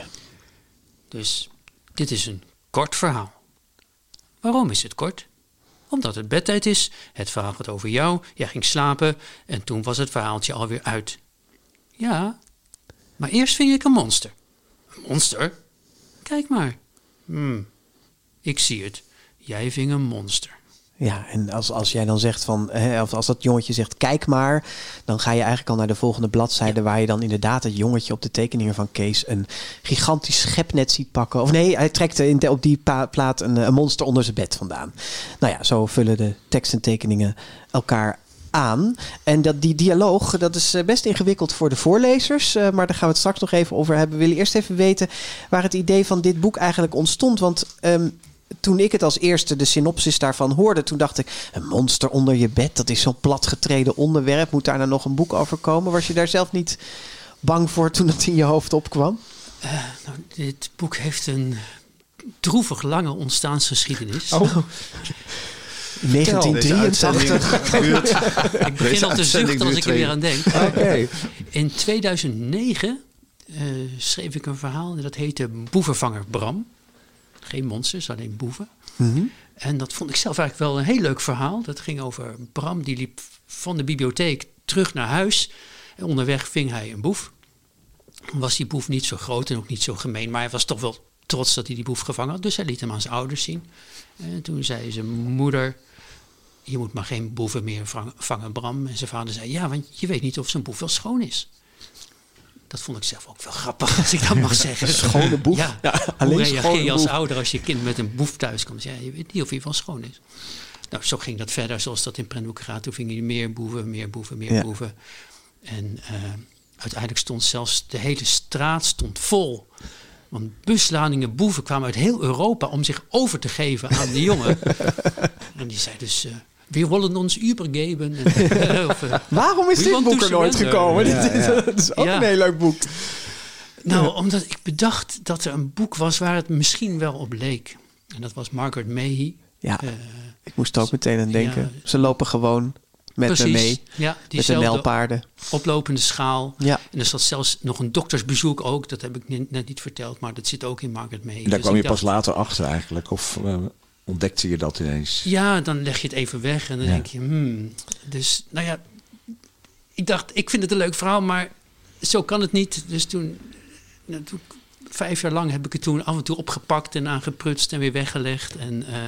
Dus dit is een kort verhaal. Waarom is het kort? Omdat het bedtijd is, het verhaal gaat over jou, jij ging slapen en toen was het verhaaltje alweer uit. Ja, maar eerst ving ik een monster. Een monster? Kijk maar. Hmm, ik zie het. Jij ving een monster. Ja, en als, als jij dan zegt van, hè, of als dat jongetje zegt kijk maar, dan ga je eigenlijk al naar de volgende bladzijde, ja, waar je dan inderdaad het jongetje op de tekeningen van Kees een gigantisch schepnet ziet pakken. Of nee, hij trekt in, op die pa- plaat een, een monster onder zijn bed vandaan. Nou ja, zo vullen de tekst en tekeningen elkaar aan. En dat, die dialoog, dat is best ingewikkeld voor de voorlezers, uh, maar daar gaan we het straks nog even over hebben. We willen eerst even weten waar het idee van dit boek eigenlijk ontstond, want Um, toen ik het als eerste de synopsis daarvan hoorde, toen dacht ik, een monster onder je bed, dat is zo'n platgetreden onderwerp. Moet daar nou nog een boek over komen? Was je daar zelf niet bang voor toen het in je hoofd opkwam? Uh, nou, dit boek heeft een droevig lange ontstaansgeschiedenis. Oh. negentien drieëntachtig. Ik begin al te zuchten als ik er weer aan denk. Okay. In tweeduizend negen uh, schreef ik een verhaal dat heette Boevenvanger Bram. Geen monsters, alleen boeven. Mm-hmm. En dat vond ik zelf eigenlijk wel een heel leuk verhaal. Dat ging over Bram, die liep van de bibliotheek terug naar huis. En onderweg ving hij een boef. Was die boef niet zo groot en ook niet zo gemeen. Maar hij was toch wel trots dat hij die boef gevangen had. Dus hij liet hem aan zijn ouders zien. En toen zei zijn moeder, je moet maar geen boeven meer vangen, Bram. En zijn vader zei, ja, want je weet niet of zo'n boef wel schoon is. Dat vond ik zelf ook wel grappig, als ik dat mag zeggen. Schone boef? Ja, ja, alleen hoe reageer je als boef. Ouder als je kind met een boef thuis komt? Ja, je weet niet of hij wel schoon is. Nou, zo ging dat verder, zoals dat in prentboeken gaat. Toen vingen je meer boeven, meer boeven, meer ja. boeven. En uh, uiteindelijk stond zelfs de hele straat stond vol. Want busladingen boeven kwamen uit heel Europa om zich over te geven aan de jongen. En die zei dus, Uh, we willen ons übergeben. of, uh, Waarom is dit boek er nooit gekomen? Ja, ja. Dat is ook ja. een heel leuk boek. Nou, ja. omdat ik bedacht dat er een boek was waar het misschien wel op leek. En dat was Margaret Mahy. Ja, uh, ik moest er ook meteen aan denken. Ja, ze lopen gewoon met precies, me mee. Ja, met de nijlpaarden. Oplopende schaal. Ja. En er zat zelfs nog een doktersbezoek ook. Dat heb ik net niet verteld, maar dat zit ook in Margaret Mahy. En daar dus kwam je dacht, pas later achter eigenlijk? Of Uh, ontdekte je dat ineens? Ja, dan leg je het even weg en dan ja. denk je, hmm. Dus, nou ja, ik dacht, ik vind het een leuk verhaal, maar zo kan het niet. Dus toen, nou, toen vijf jaar lang heb ik het toen af en toe opgepakt en aangeprutst en weer weggelegd. En uh,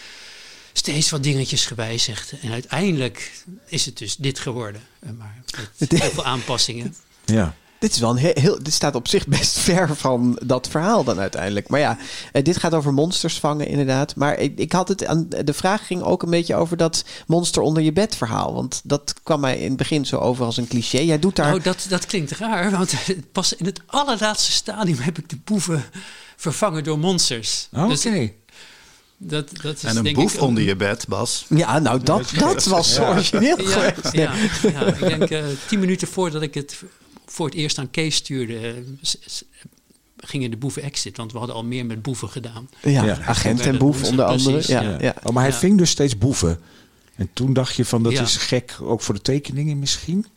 steeds wat dingetjes gewijzigd. En uiteindelijk is het dus dit geworden. Uh, maar met heel veel aanpassingen. Ja. Dit is wel een heel, heel, dit staat op zich best ver van dat verhaal dan uiteindelijk. Maar ja, eh, dit gaat over monsters vangen inderdaad. Maar ik, ik had het aan, de vraag ging ook een beetje over dat monster onder je bed verhaal. Want dat kwam mij in het begin zo over als een cliché. Jij doet daar. Nou, dat, dat klinkt raar, want pas in het allerlaatste stadium heb ik de boeven vervangen door monsters. Oké. Okay. Dus, Dat, dat is en een denk boef ik, onder je bed, Bas. Ja, nou, dat, dat was zo origineel ja, geweest. Ja, ja, ik denk uh, tien minuten voordat ik het voor het eerst aan Kees stuurde, uh, s- s- gingen de boeven exit. Want we hadden al meer met boeven gedaan. Ja, ja. Agent en boef onder andere. Ja, ja. Ja. Oh, maar hij ja. ving dus steeds boeven. En toen dacht je van, dat ja. is gek, ook voor de tekeningen misschien?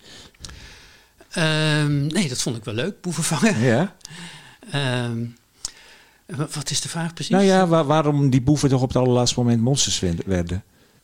Um, nee, dat vond ik wel leuk, boeven vangen. Ja. Um, wat is de vraag precies? Nou ja, waar, waarom die boeven toch op het allerlaatste moment monsters werden?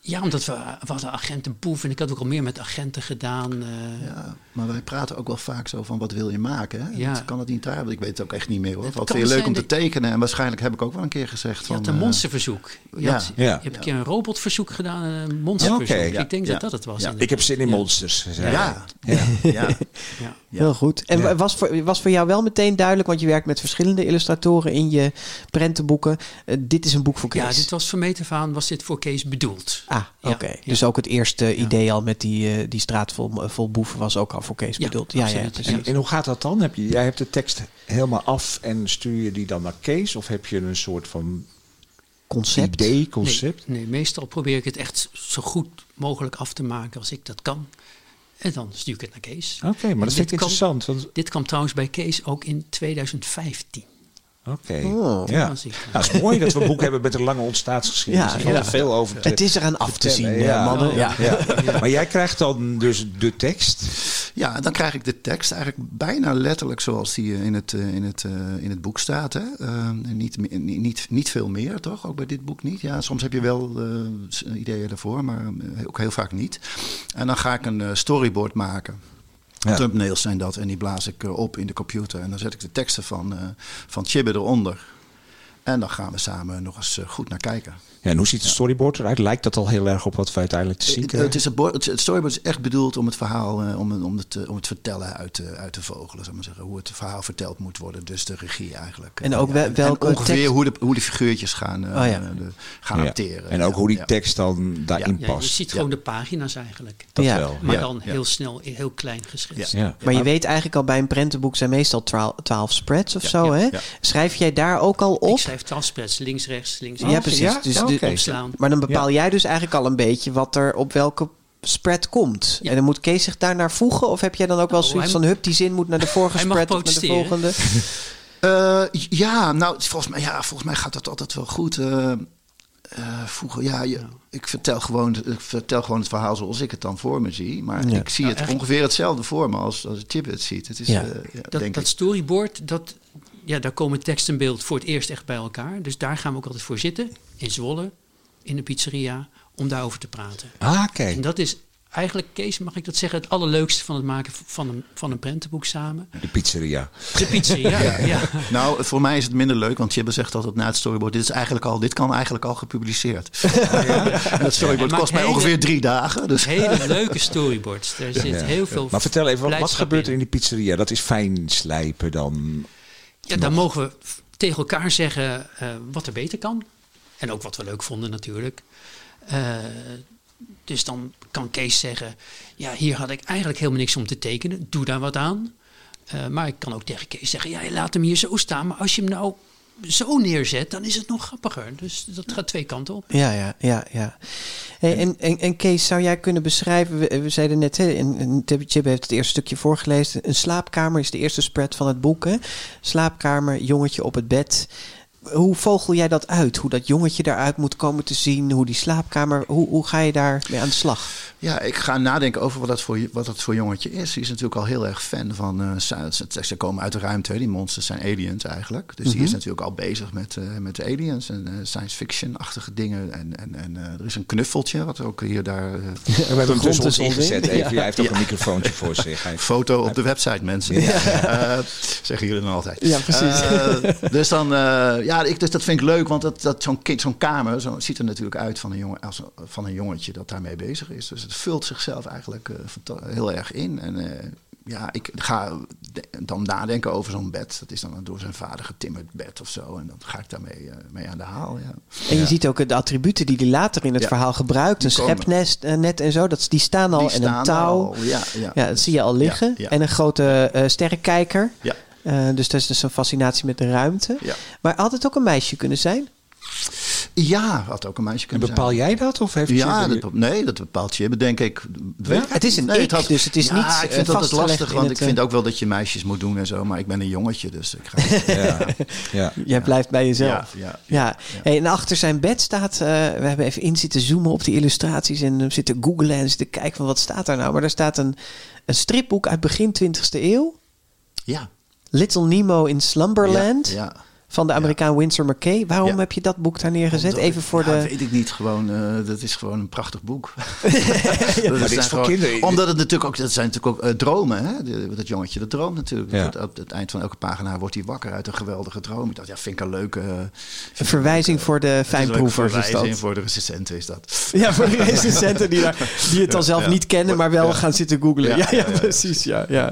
Ja, omdat we, we hadden agenten Boef en ik had ook al meer met agenten gedaan. Uh, ja, maar wij praten ook wel vaak zo van wat wil je maken? Hè? Ja. Dat kan het niet daar, want ik weet het ook echt niet meer hoor. Wat vind je leuk om te tekenen? En waarschijnlijk heb ik ook wel een keer gezegd je van... Je had een monsterverzoek. Je, ja. had, ja. je hebt een keer een robotverzoek gedaan, een monsterverzoek. Okay. Ja. Ik denk ja. dat dat het was. Ja. Ik heb zin in ja. monsters. Ja. Ja. Ja. Ja. Ja. Ja. Heel goed. En ja. was, voor, was voor jou wel meteen duidelijk, want je werkt met verschillende illustratoren in je prentenboeken. Uh, dit is een boek voor Kees. Ja, dit was van meet af aan, was dit voor Kees bedoeld. Ah, oké. Okay. Ja. Dus ook het eerste ja. idee al met die, uh, die straat vol, vol boeven was ook al voor Kees ja, bedoeld. Ja, ja, en, en hoe gaat dat dan? Heb je, jij hebt de tekst helemaal af en stuur je die dan naar Kees? Of heb je een soort van concept? idee, concept? Nee, nee, meestal probeer ik het echt zo goed mogelijk af te maken als ik dat kan. En dan stuur ik het naar Kees. Oké, okay, maar dat vind ik interessant. Kwam, want... Dit kwam trouwens bij Kees ook in twintig vijftien. Oké, okay. oh, ja. Nou, het is mooi dat we een boek hebben met een lange ontstaatsgeschiedenis. Ja, er ja. veel over te Het is eraan af te zien, ja. mannen. Ja. Ja. Ja. Maar jij krijgt dan dus de tekst? Ja, dan krijg ik de tekst eigenlijk bijna letterlijk zoals die in het, in het, in het boek staat. Hè? Uh, niet, niet, niet veel meer, toch? Ook bij dit boek niet. Ja, soms heb je wel uh, ideeën daarvoor, maar ook heel vaak niet. En dan ga ik een uh, storyboard maken. Ja. Thumbnails zijn dat en die blaas ik uh, op in de computer. En dan zet ik de teksten van, uh, van Tjibbe eronder. En dan gaan we samen nog eens uh, goed naar kijken. Ja, en hoe ziet het storyboard eruit? Lijkt dat al heel erg op wat we uiteindelijk te zien krijgen? Het, het, is een het storyboard is echt bedoeld om het verhaal, uh, om, om, het, uh, om het vertellen uit, uh, uit de vogelen. Zal maar zeggen. Hoe het verhaal verteld moet worden. Dus de regie eigenlijk. En ook wel, ja, welke en ongeveer tekst? hoe de, hoe de figuurtjes gaan, uh, oh, ja. de, gaan ja. acteren. En ook ja. hoe die ja. tekst dan daarin ja, past. Ja, je ziet gewoon ja. de pagina's eigenlijk. Dat ja. wel. Maar ja. dan ja. heel snel, heel klein geschreven. Ja. Ja. Maar je weet eigenlijk al bij een prentenboek zijn meestal twaalf spreads of ja. zo, Ja. hè? Ja. Schrijf jij daar ook al op? Ik schrijf twaalf spreads, links, rechts, links, Ja, rechts. precies. Ja? Dus, Oh, dus, okay. opslaan. Maar dan bepaal ja. jij dus eigenlijk al een beetje wat er op welke spread komt. Ja. En dan moet Kees zich daar naar voegen? Of heb jij dan ook wel oh, zoiets van, hup, die zin moet naar de vorige spread of naar de volgende? Uh, ja, nou, volgens mij, ja, volgens mij gaat dat altijd wel goed. Uh, uh, voegen, ja, je, ik, vertel gewoon, ik vertel gewoon het verhaal zoals ik het dan voor me zie. Maar ja. ik zie het nou, ongeveer hetzelfde voor me als, als Tjibbe het ziet. Het is, ja. uh, ja, dat, denk dat ik. storyboard, dat, ja, daar komen tekst en beeld voor het eerst echt bij elkaar. Dus daar gaan we ook altijd voor zitten. In Zwolle, in de pizzeria, om daarover te praten. Ah, oké. Okay. En dat is eigenlijk, Kees, mag ik dat zeggen, het allerleukste van het maken van een, van een prentenboek samen. De pizzeria. De pizzeria, ja. ja. Nou, voor mij is het minder leuk, want Tjibbe zegt altijd na het storyboard, dit is eigenlijk al, dit kan eigenlijk al gepubliceerd. Ja, ja. En het storyboard ja, kost mij hele, ongeveer drie dagen. Dus. Hele leuke storyboards. Daar zit ja. heel veel. Maar vertel even, wat, wat gebeurt er in die pizzeria? Dat is fijn slijpen dan? Ja, dan mogen we tegen elkaar zeggen uh, wat er beter kan. En ook wat we leuk vonden natuurlijk. Uh, dus dan kan Kees zeggen, ja, hier had ik eigenlijk helemaal niks om te tekenen. Doe daar wat aan. Uh, maar ik kan ook tegen Kees zeggen, ja, laat hem hier zo staan. Maar als je hem nou zo neerzet, dan is het nog grappiger. Dus dat gaat twee kanten op. Ja, ja, ja, ja. Hey, en, en, en Kees, zou jij kunnen beschrijven, we, we zeiden net, hè, en, en Tjibbe heeft het eerste stukje voorgelezen. Een slaapkamer is de eerste spread van het boek. Hè? Slaapkamer, jongetje op het bed. Hoe vogel jij dat uit? Hoe dat jongetje daaruit moet komen te zien? Hoe die slaapkamer, hoe, hoe ga je daar mee aan de slag? Ja, ik ga nadenken over wat dat voor, wat dat voor jongetje is. Die is natuurlijk al heel erg fan van... Uh, ze, ze komen uit de ruimte, die monsters zijn aliens eigenlijk. Dus mm-hmm. die is natuurlijk al bezig met, uh, met de aliens en uh, science fiction-achtige dingen. En, en, en uh, er is een knuffeltje, wat ook hier daar... Uh, we hebben hem dus ingezet. Even. Ja. Hij heeft ook ja. een microfoontje voor zich. Hij Foto op de website, mensen. Ja. Uh, zeggen jullie dan altijd. Ja, precies. Uh, dus dan... Uh, ja, ik, dus dat vind ik leuk, want dat, dat zo'n, kind, zo'n kamer zo, ziet er natuurlijk uit van een, jongen, als, van een jongetje dat daarmee bezig is. Dus het vult zichzelf eigenlijk uh, heel erg in. En uh, ja, ik ga de, dan nadenken over zo'n bed. Dat is dan een door zijn vader getimmerd bed of zo. En dan ga ik daarmee uh, mee aan de haal. Ja. En je ja. ziet ook de attributen die hij later in het ja. verhaal gebruikt. Een schepnet uh, net en zo. Dat, die staan al. Die en staan een touw. Al, ja, ja. ja, dat zie je al liggen. Ja, ja. En een grote uh, sterrenkijker. Ja. Uh, dus dat is dus een fascinatie met de ruimte. Ja. Maar had het ook een meisje kunnen zijn? Ja, had ook een meisje kunnen zijn. En bepaal zijn. jij dat? Of heeft ja, je... dat, nee, dat bepaalt Tjibbe, denk ik. Ja, het is een nee, ik, het had, dus het is ja, niet ik vind dat lastig, want het, ik vind ook wel dat je meisjes moet doen en zo. Maar ik ben een jongetje, dus ik ga... ja. Ja. Jij ja. blijft bij jezelf. Ja, ja, ja. ja. Hey, en achter zijn bed staat... Uh, we hebben even in zitten zoomen op die illustraties en zitten googlen en zitten kijken van wat staat daar nou. Maar daar staat een, een stripboek uit begin twintigste eeuw. Ja. Little Nemo in Slumberland. Ja, ja. Van de Amerikaan ja. Winsor McCay. Waarom ja. heb je dat boek daar neergezet? Omdat Even ik, voor ja, de... weet ik niet. Gewoon, uh, dat is gewoon een prachtig boek. ja, dat dat is voor gewoon, kinderen. Omdat het natuurlijk ook, dat zijn natuurlijk ook uh, dromen. Hè? Dat jongetje dat droomt natuurlijk. Ja. Dat, op het eind van elke pagina wordt hij wakker uit een geweldige droom. Ik dacht, ja, vind ik een leuke... Uh, een verwijzing leuke, voor de fijnproevers is dat. Een verwijzing voor de recensenten is dat. Ja, voor de recensenten die, daar, die het dan zelf ja. niet kennen, maar wel ja. gaan zitten googlen. Ja, ja, ja, ja precies. Ja, ja.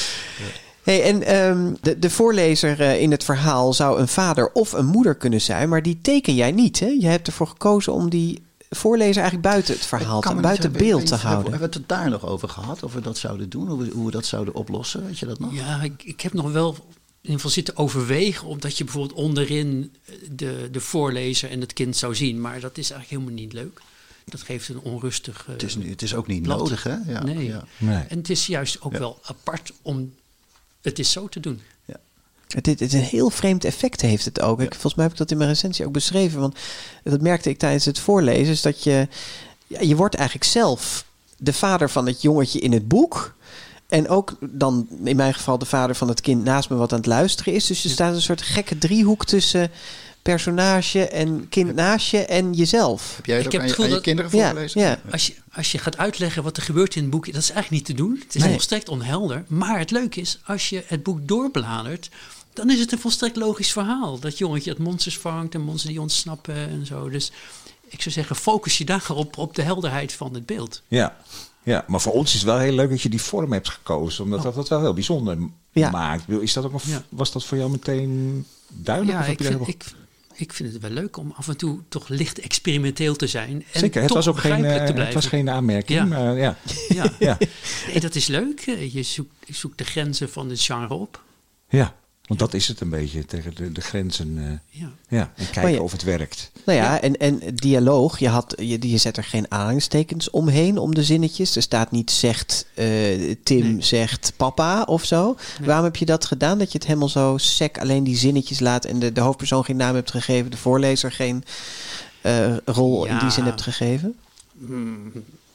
Hey, en um, de, de voorlezer uh, in het verhaal zou een vader of een moeder kunnen zijn, maar die teken jij niet. Hè? Je hebt ervoor gekozen om die voorlezer eigenlijk buiten het verhaal, te, buiten niet, beeld te niet, houden. Hebben we het daar nog over gehad, of we dat zouden doen, hoe we, hoe we dat zouden oplossen? Weet je dat nog? Ja, ik, ik heb nog wel in ieder geval zitten overwegen, omdat je bijvoorbeeld onderin de, de voorlezer en het kind zou zien, maar dat is eigenlijk helemaal niet leuk. Dat geeft een onrustig uh, het, is, het is ook niet blad. nodig, hè? Ja, nee. Ja. nee. En het is juist ook ja. wel apart om het is zo te doen. Ja. Het, het is een heel vreemd effect heeft het ook. Ik, volgens mij heb ik dat in mijn recensie ook beschreven. Want dat merkte ik tijdens het voorlezen. Is dat je, ja, je wordt eigenlijk zelf de vader van het jongetje in het boek. En ook dan in mijn geval de vader van het kind naast me wat aan het luisteren is. Dus er staat een soort gekke driehoek tussen personage en kind naast je en jezelf. Heb jij het ik ook heb aan, je, aan je kinderen voorgelezen? Ja, ja. Als, je, als je gaat uitleggen wat er gebeurt in het boek, dat is eigenlijk niet te doen. Het is nee. volstrekt onhelder. Maar het leuke is, als je het boek doorbladert, dan is het een volstrekt logisch verhaal. Dat jongetje dat monsters vangt en monsters die ontsnappen en zo. Dus ik zou zeggen, focus je daarop op de helderheid van het beeld. Ja. Ja, maar voor ons is het wel heel leuk dat je die vorm hebt gekozen. Omdat oh. dat dat wel heel bijzonder ja. maakt. Is dat ook nog, ja. Was dat voor jou meteen duidelijk? Ja, of ik, vind, helemaal... ik, ik vind het wel leuk om af en toe toch licht experimenteel te zijn. En zeker, het toch was ook geen, uh, te blijven. Het was geen aanmerking. Ja. Maar ja. Ja. ja. Nee, dat is leuk. Je zoekt, je zoekt de grenzen van het genre op. Ja. Want dat is het een beetje, tegen de, de grenzen. Uh, ja. ja. En kijken ja, of het werkt. Nou ja, ja. En, en dialoog, je, had, je, je zet er geen aanhalingstekens omheen om de zinnetjes. Er staat niet zegt uh, Tim, nee. zegt papa of zo. Nee. Waarom heb je dat gedaan? Dat je het helemaal zo sec alleen die zinnetjes laat en de, de hoofdpersoon geen naam hebt gegeven, de voorlezer geen uh, rol ja. in die zin hebt gegeven? Hmm.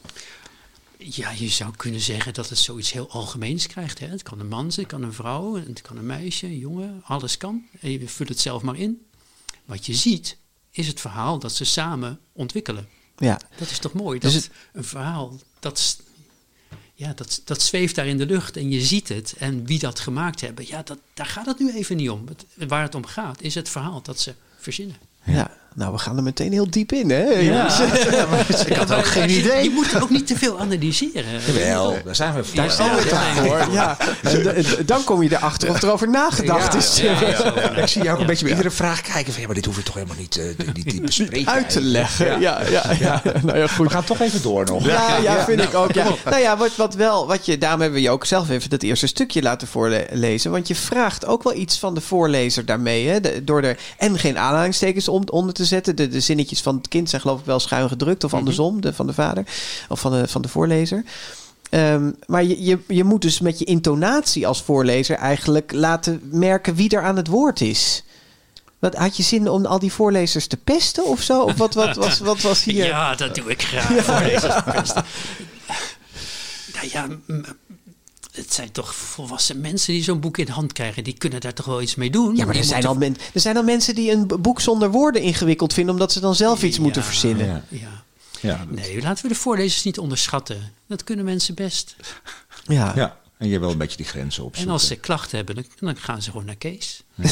Ja, je zou kunnen zeggen dat het zoiets heel algemeens krijgt. Hè? Het kan een man zijn, het kan een vrouw, het kan een meisje, een jongen. Alles kan. En je vult het zelf maar in. Wat je ziet, is het verhaal dat ze samen ontwikkelen. Ja. Dat is toch mooi? Dat dus het... een verhaal, dat, ja, dat, dat zweeft daar in de lucht en je ziet het. En wie dat gemaakt hebben, ja, dat, daar gaat het nu even niet om. Het, waar het om gaat, is het verhaal dat ze verzinnen. Ja. Nou, we gaan er meteen heel diep in, hè? Ja. Ja. Ik had ook geen idee. Je moet ook niet te veel analyseren. Wel, daar zijn we daar zijn we toch voor. Ja. En dan kom je erachter of er over nagedacht is. Ja, ja, ja, ja. Ik zie jou ook een beetje bij iedere vraag kijken van ja, maar dit hoef je toch helemaal niet, uh, niet, niet bespreken. Uit te leggen. Ja. Ja, ja, ja. Ja. Nou ja, goed. We gaan toch even door nog. Ja, ja, ja vind nou, ik ook. Ja. Nou ja, wat, wat wel, wat je, daarom hebben we je ook zelf even dat eerste stukje laten voorlezen. Want je vraagt ook wel iets van de voorlezer daarmee. Hè? De, door er en geen aanhalingstekens om, onder te zetten. De, de zinnetjes van het kind zijn geloof ik wel schuin gedrukt. Of andersom, de, van de vader. Of van de, van de voorlezer. Um, maar je, je, je moet dus met je intonatie als voorlezer eigenlijk laten merken wie er aan het woord is. Wat, had je zin om al die voorlezers te pesten of zo? Of wat, wat, was, wat was hier? Ja, dat doe ik graag. Ja. Voorlezers pesten. Nou ja, m- het zijn toch volwassen mensen die zo'n boek in de hand krijgen. Die kunnen daar toch wel iets mee doen. Ja, maar er zijn, al men, er zijn al mensen die een boek zonder woorden ingewikkeld vinden, omdat ze dan zelf iets ja, moeten verzinnen. Ja. Ja. Ja, nee, laten we de voorlezers niet onderschatten. Dat kunnen mensen best. Ja. Ja. En je wil een beetje die grenzen opzoeken. En als ze klachten hebben, dan, dan gaan ze gewoon naar Kees. Ja.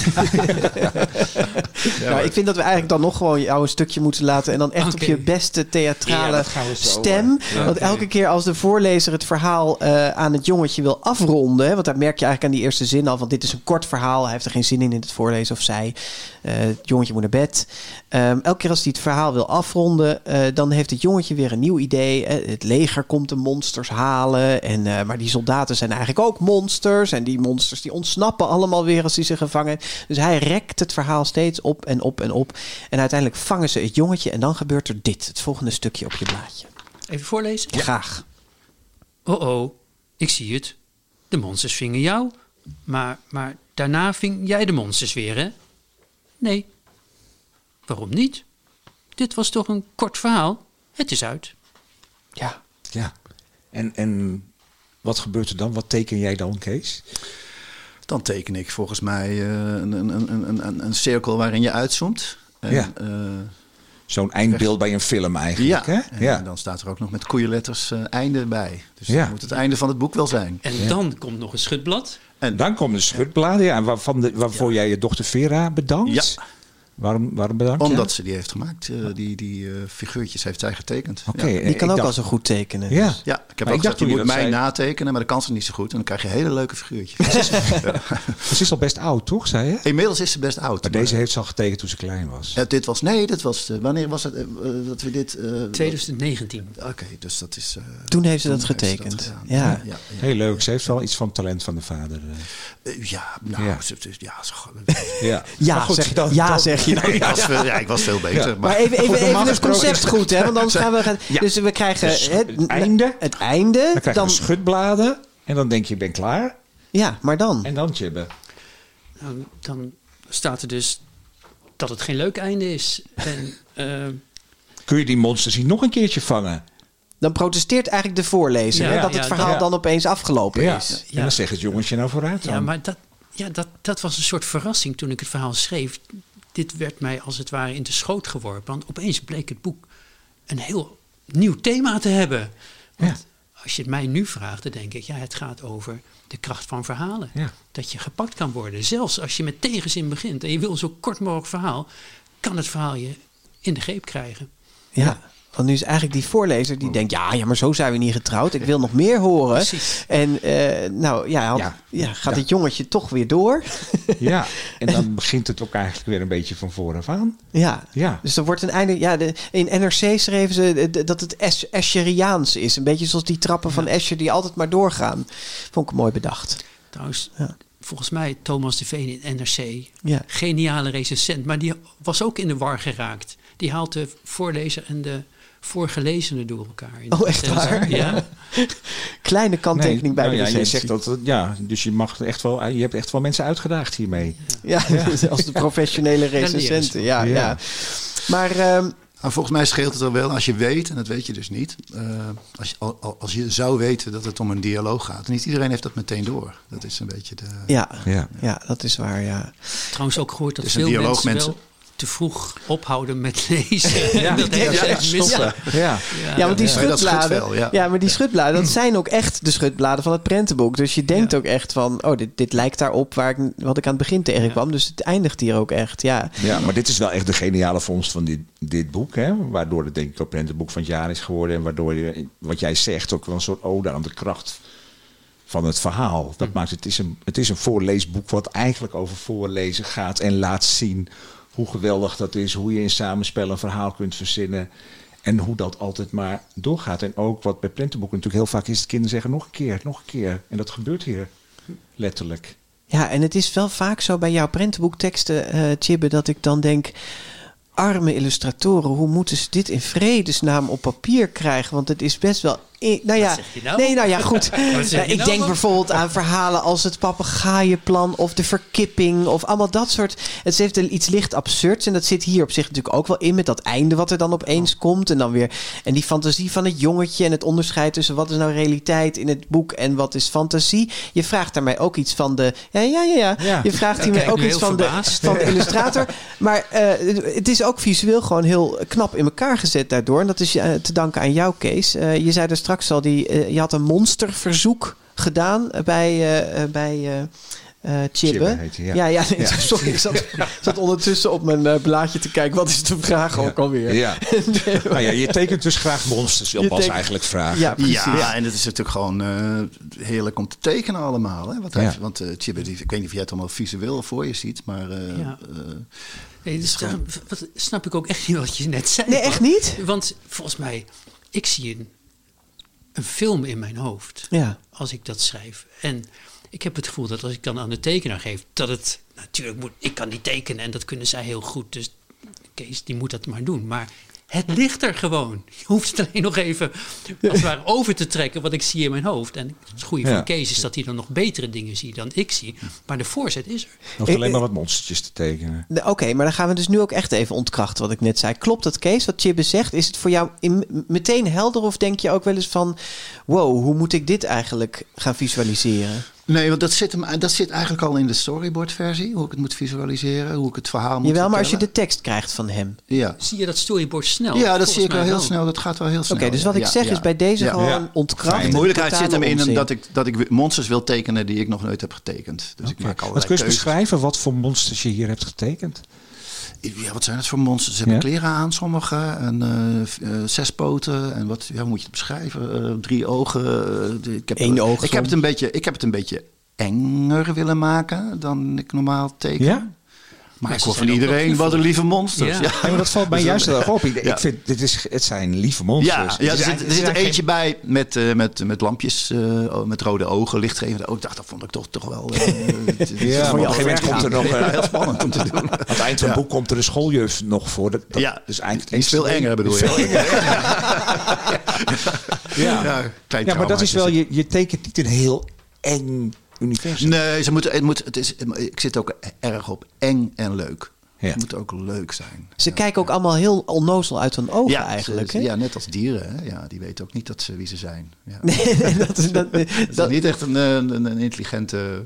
Ja, nou, ik vind dat we eigenlijk dan nog gewoon jou een stukje moeten laten. En dan echt okay. op je beste theatrale ja, stem. Ja, want okay. elke keer als de voorlezer het verhaal uh, aan het jongetje wil afronden. Hè, want daar merk je eigenlijk aan die eerste zin al. Want dit is een kort verhaal. Hij heeft er geen zin in in het voorlezen of zij. Uh, het jongetje moet naar bed. Um, elke keer als hij het verhaal wil afronden. Uh, dan heeft het jongetje weer een nieuw idee. Uh, het leger komt de monsters halen. En, uh, maar die soldaten zijn eigenlijk ook monsters. En die monsters die ontsnappen allemaal weer als hij ze gevangen. Dus hij rekt het verhaal steeds op en op en op. En uiteindelijk vangen ze het jongetje. En dan gebeurt er dit. Het volgende stukje op je blaadje. Even voorlezen? Ja. Graag. Oh oh, ik zie het. De monsters vingen jou. Maar, maar daarna ving jij de monsters weer, hè? Nee. Waarom niet? Dit was toch een kort verhaal? Het is uit. Ja. Ja. En, en wat gebeurt er dan? Wat teken jij dan, Kees? Dan teken ik volgens mij uh, een, een, een, een, een cirkel waarin je uitzoomt. En, ja. Uh, Zo'n eindbeeld bij een film eigenlijk. Ja, hè? En, ja. en dan staat er ook nog met koeienletters uh, einde bij. Dus ja. dat moet het einde van het boek wel zijn. En ja. dan komt nog een schutblad. En dan komt een schutblad, ja, waarvan de, waarvoor ja. jij je dochter Vera bedankt. Ja. Waarom, waarom bedankt Omdat je? ze die heeft gemaakt. Uh, die die uh, figuurtjes heeft zij getekend. Okay, ja. Die kan ook dacht... al zo goed tekenen. Ja, dus. ja ik heb maar ook gezegd, je moet mij zei... natekenen, maar dat kan ze niet zo goed. En dan krijg je hele leuke figuurtjes. ja. Ze is al best oud, toch, zei je? Inmiddels is ze best oud. Maar, maar deze heeft ze al getekend toen ze klein was. Uh, dit was, nee, dit was, uh, wanneer was het uh, dat we dit... Uh, twintig negentien. Oké, okay, dus dat is... Uh, toen heeft ze dat getekend. Dat ja. Ja. Ja, ja. Heel leuk, ze heeft wel iets van talent van de vader. Uh, ja, nou, ja. Ze, ja, ze, ja. ja, goed, zeg je dan. Ja, zeg je dan. Ja, ja. Ja, ik was veel beter. Ja. Maar, maar even, even, even het concept goed, hè? Want dan gaan we gaan. Ja. Dus we krijgen dus het, het einde. Het einde. Dan krijg je dan schutbladen. En dan denk je, ik ben klaar. Ja, maar dan. En dan Chibbe. Nou, dan staat er dus dat het geen leuk einde is. En, uh... kun je die monsters niet nog een keertje vangen? Dan protesteert eigenlijk de voorlezer ja, hè, dat ja, het verhaal ja. dan opeens afgelopen ja. is. Ja. En dan zegt het jongetje nou vooruit dan. Ja, maar dat, ja, dat, dat was een soort verrassing toen ik het verhaal schreef. Dit werd mij als het ware in de schoot geworpen. Want opeens bleek het boek een heel nieuw thema te hebben. Want ja. als je het mij nu vraagt, dan denk ik... ja, het gaat over de kracht van verhalen. Ja. Dat je gepakt kan worden. Zelfs als je met tegenzin begint en je wil zo kort mogelijk verhaal... kan het verhaal je in de greep krijgen. Ja. ja. Want nu is eigenlijk die voorlezer die denkt... ja, ja, maar zo zijn we niet getrouwd. Ik wil nog meer horen. Precies. En uh, nou ja, ja. ja gaat ja. het jongetje toch weer door. Ja, en dan begint het ook eigenlijk weer een beetje van vooraf aan. Ja, ja. Dus er wordt een einde... Ja, de, in N R C schreven ze de, dat het Escheriaans is. Een beetje zoals die trappen ja. van Escher die altijd maar doorgaan. Vond ik mooi bedacht. Trouwens... Ja. Volgens mij Thomas de Veen in N R C. Ja. Geniale recensent. Maar die was ook in de war geraakt. Die haalt de voorlezer en de voorgelezene door elkaar. Oh, echt waar? Ja. Kleine kanttekening nee, bij nou, de recensie. Ja, je zegt dat, ja, dus je, mag echt wel, je hebt echt wel mensen uitgedaagd hiermee. Ja, ja. Als de professionele recensenten. Ja, ja. ja. Maar... Um, Nou, volgens mij scheelt het er wel als je weet, en dat weet je dus niet... Uh, als, je, als je zou weten dat het om een dialoog gaat. Niet iedereen heeft dat meteen door. Dat is een beetje de... Ja, ja. ja dat is waar, ja. Trouwens ook gehoord dat veel mensen, mensen wel te vroeg ophouden met lezen. Ja, dat ja, ja, ja, stoppen. Ja. Ja. ja, want die ja. schutbladen... Ja, ja. ja, maar die schutbladen, dat zijn ook echt de schutbladen van het prentenboek. Dus je denkt ja. ook echt van... oh, dit, dit lijkt daarop waar ik, wat ik aan het begin tegenkwam. Ja. Dus het eindigt hier ook echt, ja. Ja, maar dit is wel echt de geniale vondst van dit, dit boek. Hè? Waardoor het denk ik ook prentenboek van het jaar is geworden. En waardoor je, wat jij zegt, ook wel een soort ode aan de kracht van het verhaal. Dat mm. maakt het, is een, het is een voorleesboek wat eigenlijk over voorlezen gaat en laat zien... hoe geweldig dat is, hoe je in samenspel een verhaal kunt verzinnen... en hoe dat altijd maar doorgaat. En ook wat bij prentenboeken natuurlijk heel vaak is... dat kinderen zeggen nog een keer, nog een keer. En dat gebeurt hier letterlijk. Ja, en het is wel vaak zo bij jouw prentenboekteksten, uh, Chibbe... dat ik dan denk... arme illustratoren, hoe moeten ze dit in vredesnaam op papier krijgen? Want het is best wel... I- nou ja, Wat zeg je nou? Nee, nou ja, goed. Wat zeg je ik nou denk man? bijvoorbeeld aan verhalen als het papegaaienplan of de verkipping of allemaal dat soort. Het heeft iets licht absurds en dat zit hier op zich natuurlijk ook wel in met dat einde wat er dan opeens oh. komt en dan weer en die fantasie van het jongetje en het onderscheid tussen wat is nou realiteit in het boek en wat is fantasie. Je vraagt daarmee ook iets van de ja ja ja ja. ja. Je vraagt hiermee ja, ook iets van de, van de illustrator, maar uh, het is ook visueel gewoon heel knap in elkaar gezet daardoor en dat is uh, te danken aan jou, Kees. Uh, je zei er straks al, die, uh, je had een monsterverzoek gedaan bij, uh, bij uh, uh, Chibbe. Chibbe ja. Ja, ja, nee, ja. Sorry, ik zat, zat ondertussen op mijn uh, blaadje te kijken. Wat is de vraag ja. ook alweer? Ja. nou ja, je tekent dus graag monsters, dat was eigenlijk vraag. Ja, ja, en het is natuurlijk gewoon uh, heerlijk om te tekenen allemaal. Hè? Want, ja. hij, want uh, Chibbe, die, ik weet niet of jij het allemaal visueel voor je ziet, maar... Uh, ja. uh, nee, dus gewoon... wat, snap ik ook echt niet wat je net zei. Nee, echt niet? Want volgens mij, ik zie een... een film in mijn hoofd ja. als ik dat schrijf. En ik heb het gevoel dat als ik dan aan de tekenaar geef... dat het natuurlijk moet... ik kan niet tekenen en dat kunnen zij heel goed. Dus Kees, die moet dat maar doen. Maar het ligt er gewoon. Je hoeft het alleen nog even als het ware over te trekken... wat ik zie in mijn hoofd. En het goede van ja. Kees is dat hij dan nog betere dingen ziet dan ik zie. Maar de voorzet is er. Je hoeft alleen maar wat monstertjes te tekenen. Oké, okay, maar dan gaan we dus nu ook echt even ontkrachten wat ik net zei. Klopt dat, Kees, wat Chibbe zegt? Is het voor jou in, meteen helder of denk je ook wel eens van... wow, hoe moet ik dit eigenlijk gaan visualiseren? Nee, want dat zit, hem, dat zit eigenlijk al in de storyboard-versie. Hoe ik het moet visualiseren, hoe ik het verhaal moet Jawel, vertellen. maar als je de tekst krijgt van hem. Ja. Zie je dat storyboard snel? Ja, dat zie ik wel mij heel wel. snel. Dat gaat wel heel snel. Oké, okay, dus wat ik ja, zeg ja. is bij deze ja. gewoon Ja. ontkracht. De moeilijkheid zit hem in onzin. een, dat ik, dat ik monsters wil tekenen die ik nog nooit heb getekend. Dus Okay. ik maak allerlei Wat kun je eens keuzes. beschrijven wat voor monsters je hier hebt getekend? Ja, wat zijn het voor monsters? Ze hebben Ja. kleren aan, sommigen. En uh, uh, zes poten. En wat, ja, hoe moet je het beschrijven? Uh, drie ogen. Uh, ik heb, Eén oog ik heb het een beetje, ik heb het een beetje enger willen maken dan ik normaal teken. Ja? Maar Ja, ik ze hoor van zijn ook iedereen, wel wat een lieve monsters. Ja. Ja. Ja, maar dat valt mij juist heel erg op. Ik, Ja. ik vind, dit is, het zijn lieve Ja, monsters. ja, er Het is zit, er eigenlijk- zit er het is eentje bij met, uh, met, met lampjes, uh, met rode ogen, lichtgevende ogen. Ik dacht, dat vond ik toch, toch wel... Uh, Ja, maar op een gegeven moment komt er nog... Ja, uh, heel spannend om te doen. Aan het eind van het Ja. boek komt er een schooljuf nog voor. Dat, dat Ja, dus eigenlijk die is veel enger, bedoel je? Ja, Ja, klein ja maar dat is wel... traumaatje. Je, je tekent niet een heel eng universum. Nee, ze moeten, het moet, het is, ik zit ook erg op eng en leuk. Ja. Het moet ook leuk zijn. Ze ja. kijken ook allemaal heel onnozel uit hun ogen ja, eigenlijk. ze- Hè? ja, net als dieren. Hè? Ja, die weten ook niet dat ze wie ze zijn. Ja. Nee, dat is dat, Het is dat niet echt een, een, een intelligente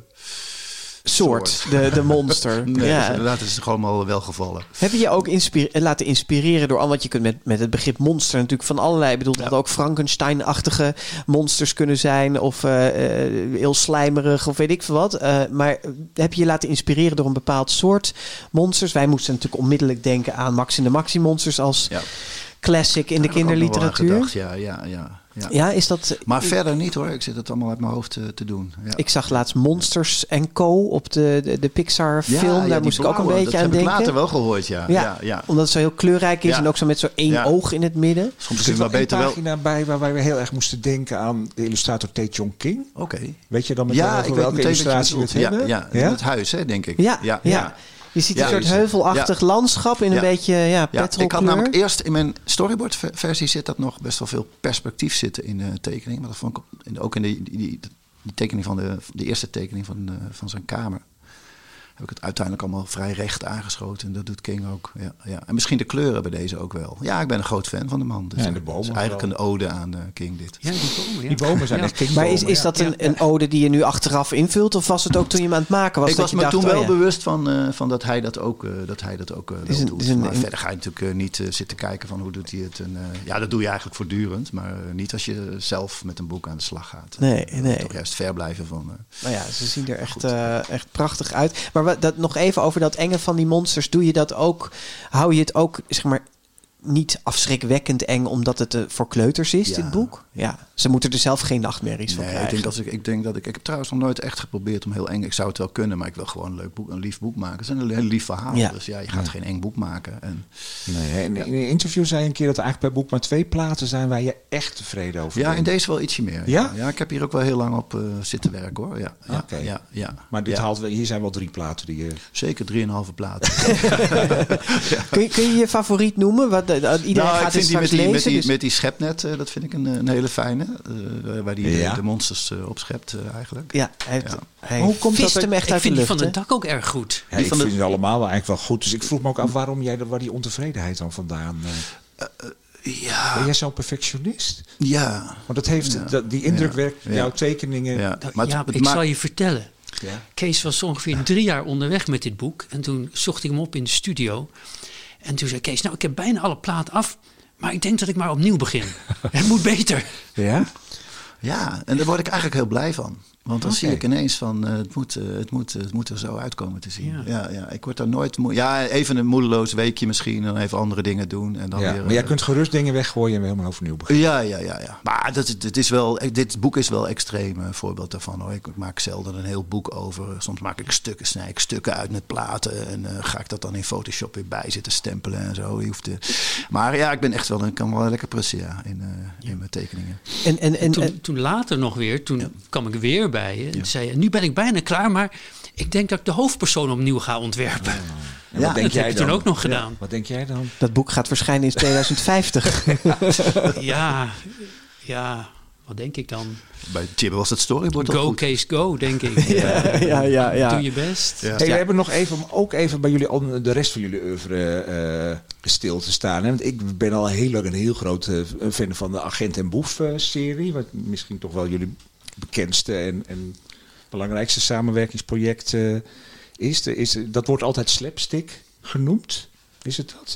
soort, de, de monster. Nee, ja. dus inderdaad, het is toch allemaal wel gevallen. Heb je je ook inspire- laten inspireren door al wat je kunt met, met het begrip monster natuurlijk van allerlei. Ik bedoel, dat Ja. ook Frankenstein-achtige monsters kunnen zijn of uh, uh, heel slijmerig of weet ik veel wat. Uh, maar heb je je laten inspireren door een bepaald soort monsters? Wij moesten natuurlijk onmiddellijk denken aan Max en de Maxi monsters als Ja. classic in de Daar heb ik ook nog wel aan kinderliteratuur. gedacht, Ja, ja, ja, ja. Ja, is dat... Maar verder niet hoor. Ik zit het allemaal uit mijn hoofd te, te doen. Ja. Ik zag laatst Monsters en Co. op de, de, de Pixar film. Ja, ja, Daar die moest ik ook een blauwe, beetje aan dat heb denken. ik later wel gehoord, ja. Ja, ja, ja. omdat het zo heel kleurrijk is Ja. en ook zo met zo'n één Ja. oog in het midden. Soms Er kun zit je wel maar een beter wel... pagina bij waarbij we heel erg moesten denken aan de illustrator Tae Jong King. Oké. Weet je dan met Ja, welke, ik weet welke meteen wat je illustratie we het bedoelt. hebben? Ja, ja, het huis, hè, denk ik. Ja, ja. ja. Je ziet Ja, een soort dus- heuvelachtig landschap in een Ja. beetje ja, Ja, petrolkleur. ik had namelijk eerst in mijn storyboard-versie zit dat nog best wel veel perspectief zitten in de tekening. Maar dat vond ik op- in de- ook in de, die, die, die tekening van de, de eerste tekening van, de, van zijn kamer. Heb ik het uiteindelijk allemaal vrij recht aangeschoten. En dat doet King ook. Ja, ja. En misschien de kleuren bij deze ook wel. Ja, ik ben een groot fan van de man. Dus Ja, en de het bomen is eigenlijk vooral. een ode aan uh, King dit. Ja, die bomen. Ja. Die bomen zijn Ja. echt King Maar is, is ja. dat een, een ode die je nu achteraf invult? Of was het ook toen je hem aan het maken was? Ik dat was je me dacht, toen oh wel ja. bewust van, uh, van dat hij dat ook, uh, dat hij dat ook uh, wel Is een- doet. is een- maar een- verder ga je natuurlijk uh, niet uh, zitten kijken van hoe doet hij het. En, uh, ja, dat doe je eigenlijk voortdurend. Maar uh, niet als je zelf met een boek aan de slag gaat. Nee, Uh, nee. Toch juist ver blijven van... Uh, Nou ja, ze zien er echt, uh, echt prachtig uit. Maar wat, dat, nog even over dat enge van die monsters. Doe je dat ook? Hou je het ook, zeg maar, niet afschrikwekkend eng omdat het uh, voor kleuters is, Ja. dit boek? Ja, ze moeten er zelf geen nachtmerries van nee, krijgen. ik denk, dat ik, ik denk dat ik... Ik heb trouwens nog nooit echt geprobeerd om heel eng... Ik zou het wel kunnen, maar ik wil gewoon een leuk boek, een lief boek maken. Het is een heel lief verhaal. Ja. Dus ja, je gaat geen eng boek maken. En, Nee, in, in een interview zei je een keer dat er eigenlijk per boek maar twee platen zijn waar je echt tevreden over ja, bent. in deze wel ietsje meer. Ja? Ja, ik heb hier ook wel heel lang op uh, zitten werken hoor. Ja, ja, Oké. ja, ja. Maar dit ja. haalt wel, hier zijn wel drie platen die je... Zeker drieënhalve platen. kun, je, kun je je favoriet noemen? Wat, uh, iedereen nou, gaat ik vind het die met, straks die, lezen. met, die, dus- met die schepnet, uh, dat vind ik een, een hele fijne. Uh, waar die Ja. de, de monsters uh, op schept uh, eigenlijk. Ja, hij, heeft, Ja. hij Hoe komt vist dat hem echt Ik uit vind de die lucht. van het hè? dak ook erg goed. Ja, Die ik van de- vind het allemaal wel eigenlijk wel goed. Dus ik vroeg me ook af waarom jij er, waar die ontevredenheid dan vandaan... Uh, Ja, ben jij zo'n perfectionist? ja. Want dat heeft, Ja. dat, die indruk Ja. werkt, Ja. jouw tekeningen... ja. Dat, Maar het- ja, het ik maakt- zal je vertellen. Ja. Kees was ongeveer drie jaar onderweg met dit boek. En toen zocht ik hem op in de studio. En toen zei Kees, nou, ik heb bijna alle platen af. Maar ik denk dat ik maar opnieuw begin. Het moet beter. Ja? Ja, en daar word ik eigenlijk heel blij van. Want dan Oké. zie ik ineens van, uh, het, moet, uh, het, moet, uh, het moet er zo uitkomen te zien. Ja. Ja, ja, ik word daar nooit moe. Ja, even een moedeloos weekje misschien. En even andere dingen doen. En dan Ja, weer, maar jij uh, kunt gerust dingen weggooien en weer helemaal overnieuw beginnen. Ja, ja, ja, ja. Maar dat, het is wel, dit boek is wel extreem uh, voorbeeld daarvan. Hoor. Ik maak zelden een heel boek over. Soms maak ik stukken, snij ik stukken uit met platen. En uh, ga ik dat dan in Photoshop weer bij zitten stempelen en zo. Je hoeft te... Maar ja, ik ben echt wel, ik kan wel lekker pressen ja, in, uh, ja. in mijn tekeningen. En, en, en, Toen, en- toen later nog weer, toen Ja. kwam ik weer bij je. En Ja. zei je, nu ben ik bijna klaar, maar ik denk dat ik de hoofdpersoon opnieuw ga ontwerpen. En Ja, wat denk dat jij heb ik dan? toen ook nog gedaan. Wat denk jij dan? dat boek gaat verschijnen in tweeduizend vijftig. Ja, ja, wat denk ik dan? Bij Jibbe was het storyboard al Go goed. Case Go, denk ik. ja, ja, ja, ja. Doe je best. Ja. Hey, we hebben nog even om ook even bij jullie om de rest van jullie oeuvre uh, stil te staan. Hè? Want ik ben al heel lang een heel groot uh, fan van de Agent en Boef uh, serie. Wat misschien toch wel jullie bekendste en, en belangrijkste samenwerkingsproject uh, is. De, is dat wordt altijd slapstick genoemd. Is het dat?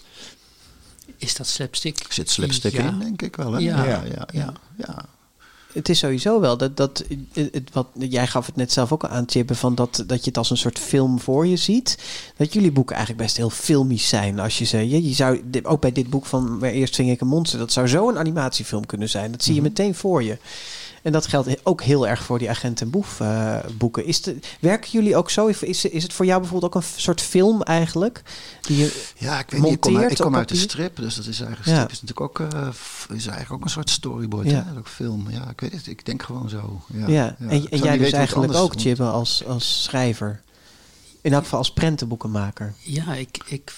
Is dat slapstick? Er zit slapstick ja. in, denk ik wel. Hè? Ja. Ja, ja, ja, ja. Het is sowieso wel dat, dat het, wat, jij gaf het net zelf ook al aan, Tjibbe, van dat, dat je het als een soort film voor je ziet. Dat jullie boeken eigenlijk best heel filmisch zijn. Als je ze, je, je zou, ook bij dit boek van Waar eerst ving ik een monster, dat zou zo een animatiefilm kunnen zijn. Dat zie je meteen voor je. En dat geldt ook heel erg voor die Agent en Boef uh, boeken. Is de, werken jullie ook zo? Is, is het voor jou bijvoorbeeld ook een soort film eigenlijk? Die je ja, ik weet niet. Ik kom, uit, ik kom uit de strip, dus dat is eigenlijk, strip ja. is natuurlijk ook, uh, is eigenlijk ook een soort storyboard. Ja. Hè? Ook film. Ja, ik weet het. Ik denk gewoon zo. Ja, ja. ja. En, en jij dus eigenlijk ook, Tjibbe, als, als schrijver? In elk geval als prentenboekenmaker. Ja, ik, ik,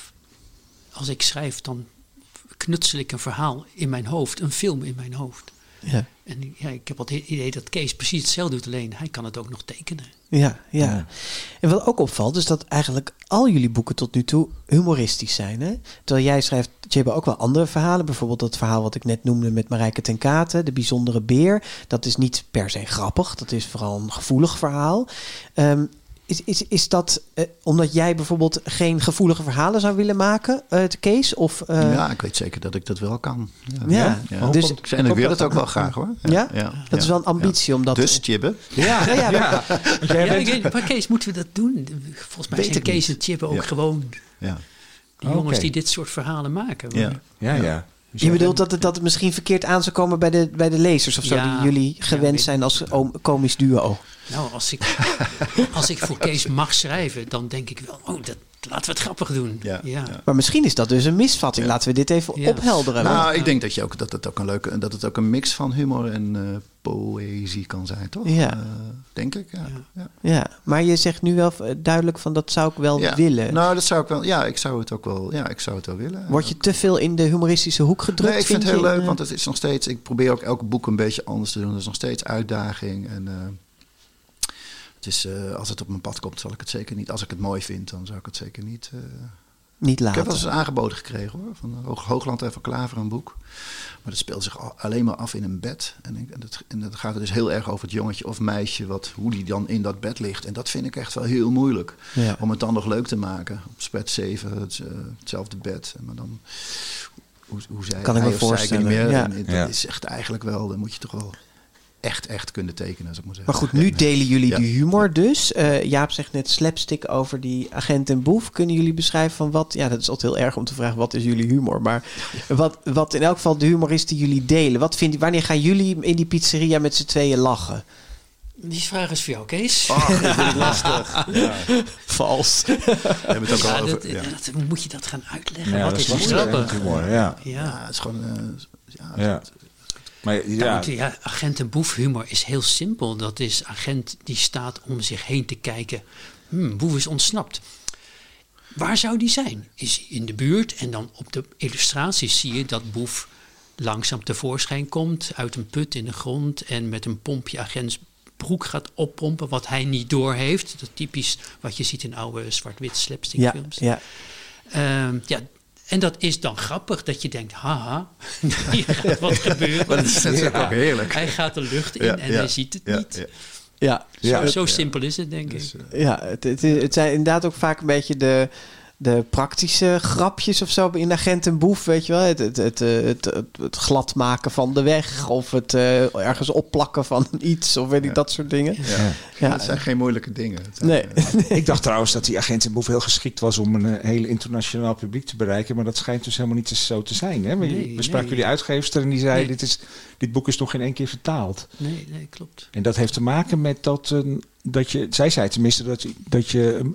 als ik schrijf, dan knutsel ik een verhaal in mijn hoofd. Een film in mijn hoofd. Ja. En ja, ik heb het idee dat Kees precies hetzelfde doet, alleen hij kan het ook nog tekenen. Ja, ja. ja. En wat ook opvalt is dat eigenlijk al jullie boeken tot nu toe humoristisch zijn. Hè? Terwijl jij schrijft, Tjibbe, ook wel andere verhalen. Bijvoorbeeld dat verhaal wat ik net noemde met Marijke ten Kate, De Bijzondere Beer. Dat is niet per se grappig, dat is vooral een gevoelig verhaal. Um, Is, is, is dat uh, omdat jij bijvoorbeeld geen gevoelige verhalen zou willen maken, uh, Kees? Of, uh... Ja, ik weet zeker dat ik dat wel kan. Ja, ja. ja. ja. Dus, en ik wil het ook wel graag, hoor. Ja? ja? ja. Dat ja. is wel een ambitie. Ja. Om dat dus, Tjibbe. Ja, ja, ja. ja. ja, ja ik, maar Kees, moeten we dat doen? Volgens mij weet zijn Kees niet. En Tjibbe ook ja. gewoon ja. die jongens okay. die dit soort verhalen maken. Ja, ja. ja. ja. Dus je bedoelt dat het, dat het misschien verkeerd aan zou komen bij de, bij de lezers of zo, ja, die jullie gewend ja, zijn als komisch duo? Nou, als ik, als ik voor Kees mag schrijven, dan denk ik wel, oh, dat, laten we het grappig doen. Ja, ja. Ja. Maar misschien is dat dus een misvatting. Ja. Laten we dit even ja. ophelderen. Nou, ik denk dat, je ook, dat, het ook een leuke, dat het ook een mix van humor en uh, poëzie kan zijn, toch? Ja. Uh, denk ik, ja. Ja. ja. Maar je zegt nu wel duidelijk van dat zou ik wel ja. willen. Nou, dat zou ik wel. Ja, ik zou het ook wel. Ja, ik zou het wel willen. Word je te veel in de humoristische hoek gedrukt? Nee, ik vind, vind het heel je, leuk, want het is nog steeds. Ik probeer ook elke boek een beetje anders te doen. Er is nog steeds uitdaging en. Uh, Het is, uh, als het op mijn pad komt, zal ik het zeker niet. Als ik het mooi vind, dan zou ik het zeker niet... Uh... Niet laten. Ik heb wel eens aangeboden gekregen, hoor. Van Hoog, Hoogland en Van Klaver, een boek. Maar dat speelt zich al, alleen maar af in een bed. En, en, dat, en dat gaat er dus heel erg over het jongetje of meisje... Wat, hoe die dan in dat bed ligt. En dat vind ik echt wel heel moeilijk. Ja. Om het dan nog leuk te maken. Op Spet zeven, het, uh, hetzelfde bed. Maar dan... Hoe, hoe zij, kan ik me voorstellen. Niet meer. Ja. En, dat ja. is echt eigenlijk wel... Dan moet je toch wel... echt, echt kunnen tekenen, zou ik maar zeggen. Maar goed, nu delen jullie ja. de humor dus. Uh, Jaap zegt net slapstick over die Agent en Boef. Kunnen jullie beschrijven van wat... Ja, dat is altijd heel erg om te vragen, wat is jullie humor? Maar wat, wat in elk geval de humor is die jullie delen. Wat vind, wanneer gaan jullie in die pizzeria met z'n tweeën lachen? Die vraag is voor jou, Kees. Oh, dat vind ik lastig. Ja. Vals. We hebben het ook ja, al over... Dat, ja. dat, moet je dat gaan uitleggen? Ja, wat dat is is grappig? Humor, ja. Ja. ja, het is gewoon... Uh, ja, ja. Het, Maar ja, ja Agent en Boef humor is heel simpel. Dat is agent die staat om zich heen te kijken. Hmm, Boef is ontsnapt. Waar zou die zijn? Is hij in de buurt? En dan op de illustraties zie je dat Boef langzaam tevoorschijn komt uit een put in de grond en met een pompje agents broek gaat oppompen wat hij niet doorheeft. Dat typisch wat je ziet in oude zwart-wit slapstickfilms. Ja, ja. Um, ja, en dat is dan grappig dat je denkt, haha, hier gaat wat gebeuren. Maar dat is natuurlijk ja. ook heerlijk. Hij gaat de lucht in ja, en ja, hij ziet het ja, niet. Ja. Ja, zo, ja, zo simpel is het, denk dus, ik. uh, ja, het, het, het zijn inderdaad ook vaak een beetje de, de praktische grapjes of zo in Agent en Boef, weet je wel. Het, het, het, het, het, het glad maken van de weg of het uh, ergens opplakken van iets of weet ik, ja. dat soort dingen. Ja. Ja. Ja. Dat zijn geen moeilijke dingen. Zijn, nee. Uh, ik dacht trouwens dat die Agent en Boef heel geschikt was om een uh, heel internationaal publiek te bereiken, maar dat schijnt dus helemaal niet zo te zijn. Hè? Nee, we spraken nee. jullie uitgeefster en die zei, nee. dit, is, dit boek is nog geen één keer vertaald. Nee, nee, klopt. En dat heeft te maken met dat, uh, dat je, zij zei tenminste, dat, dat je... Um,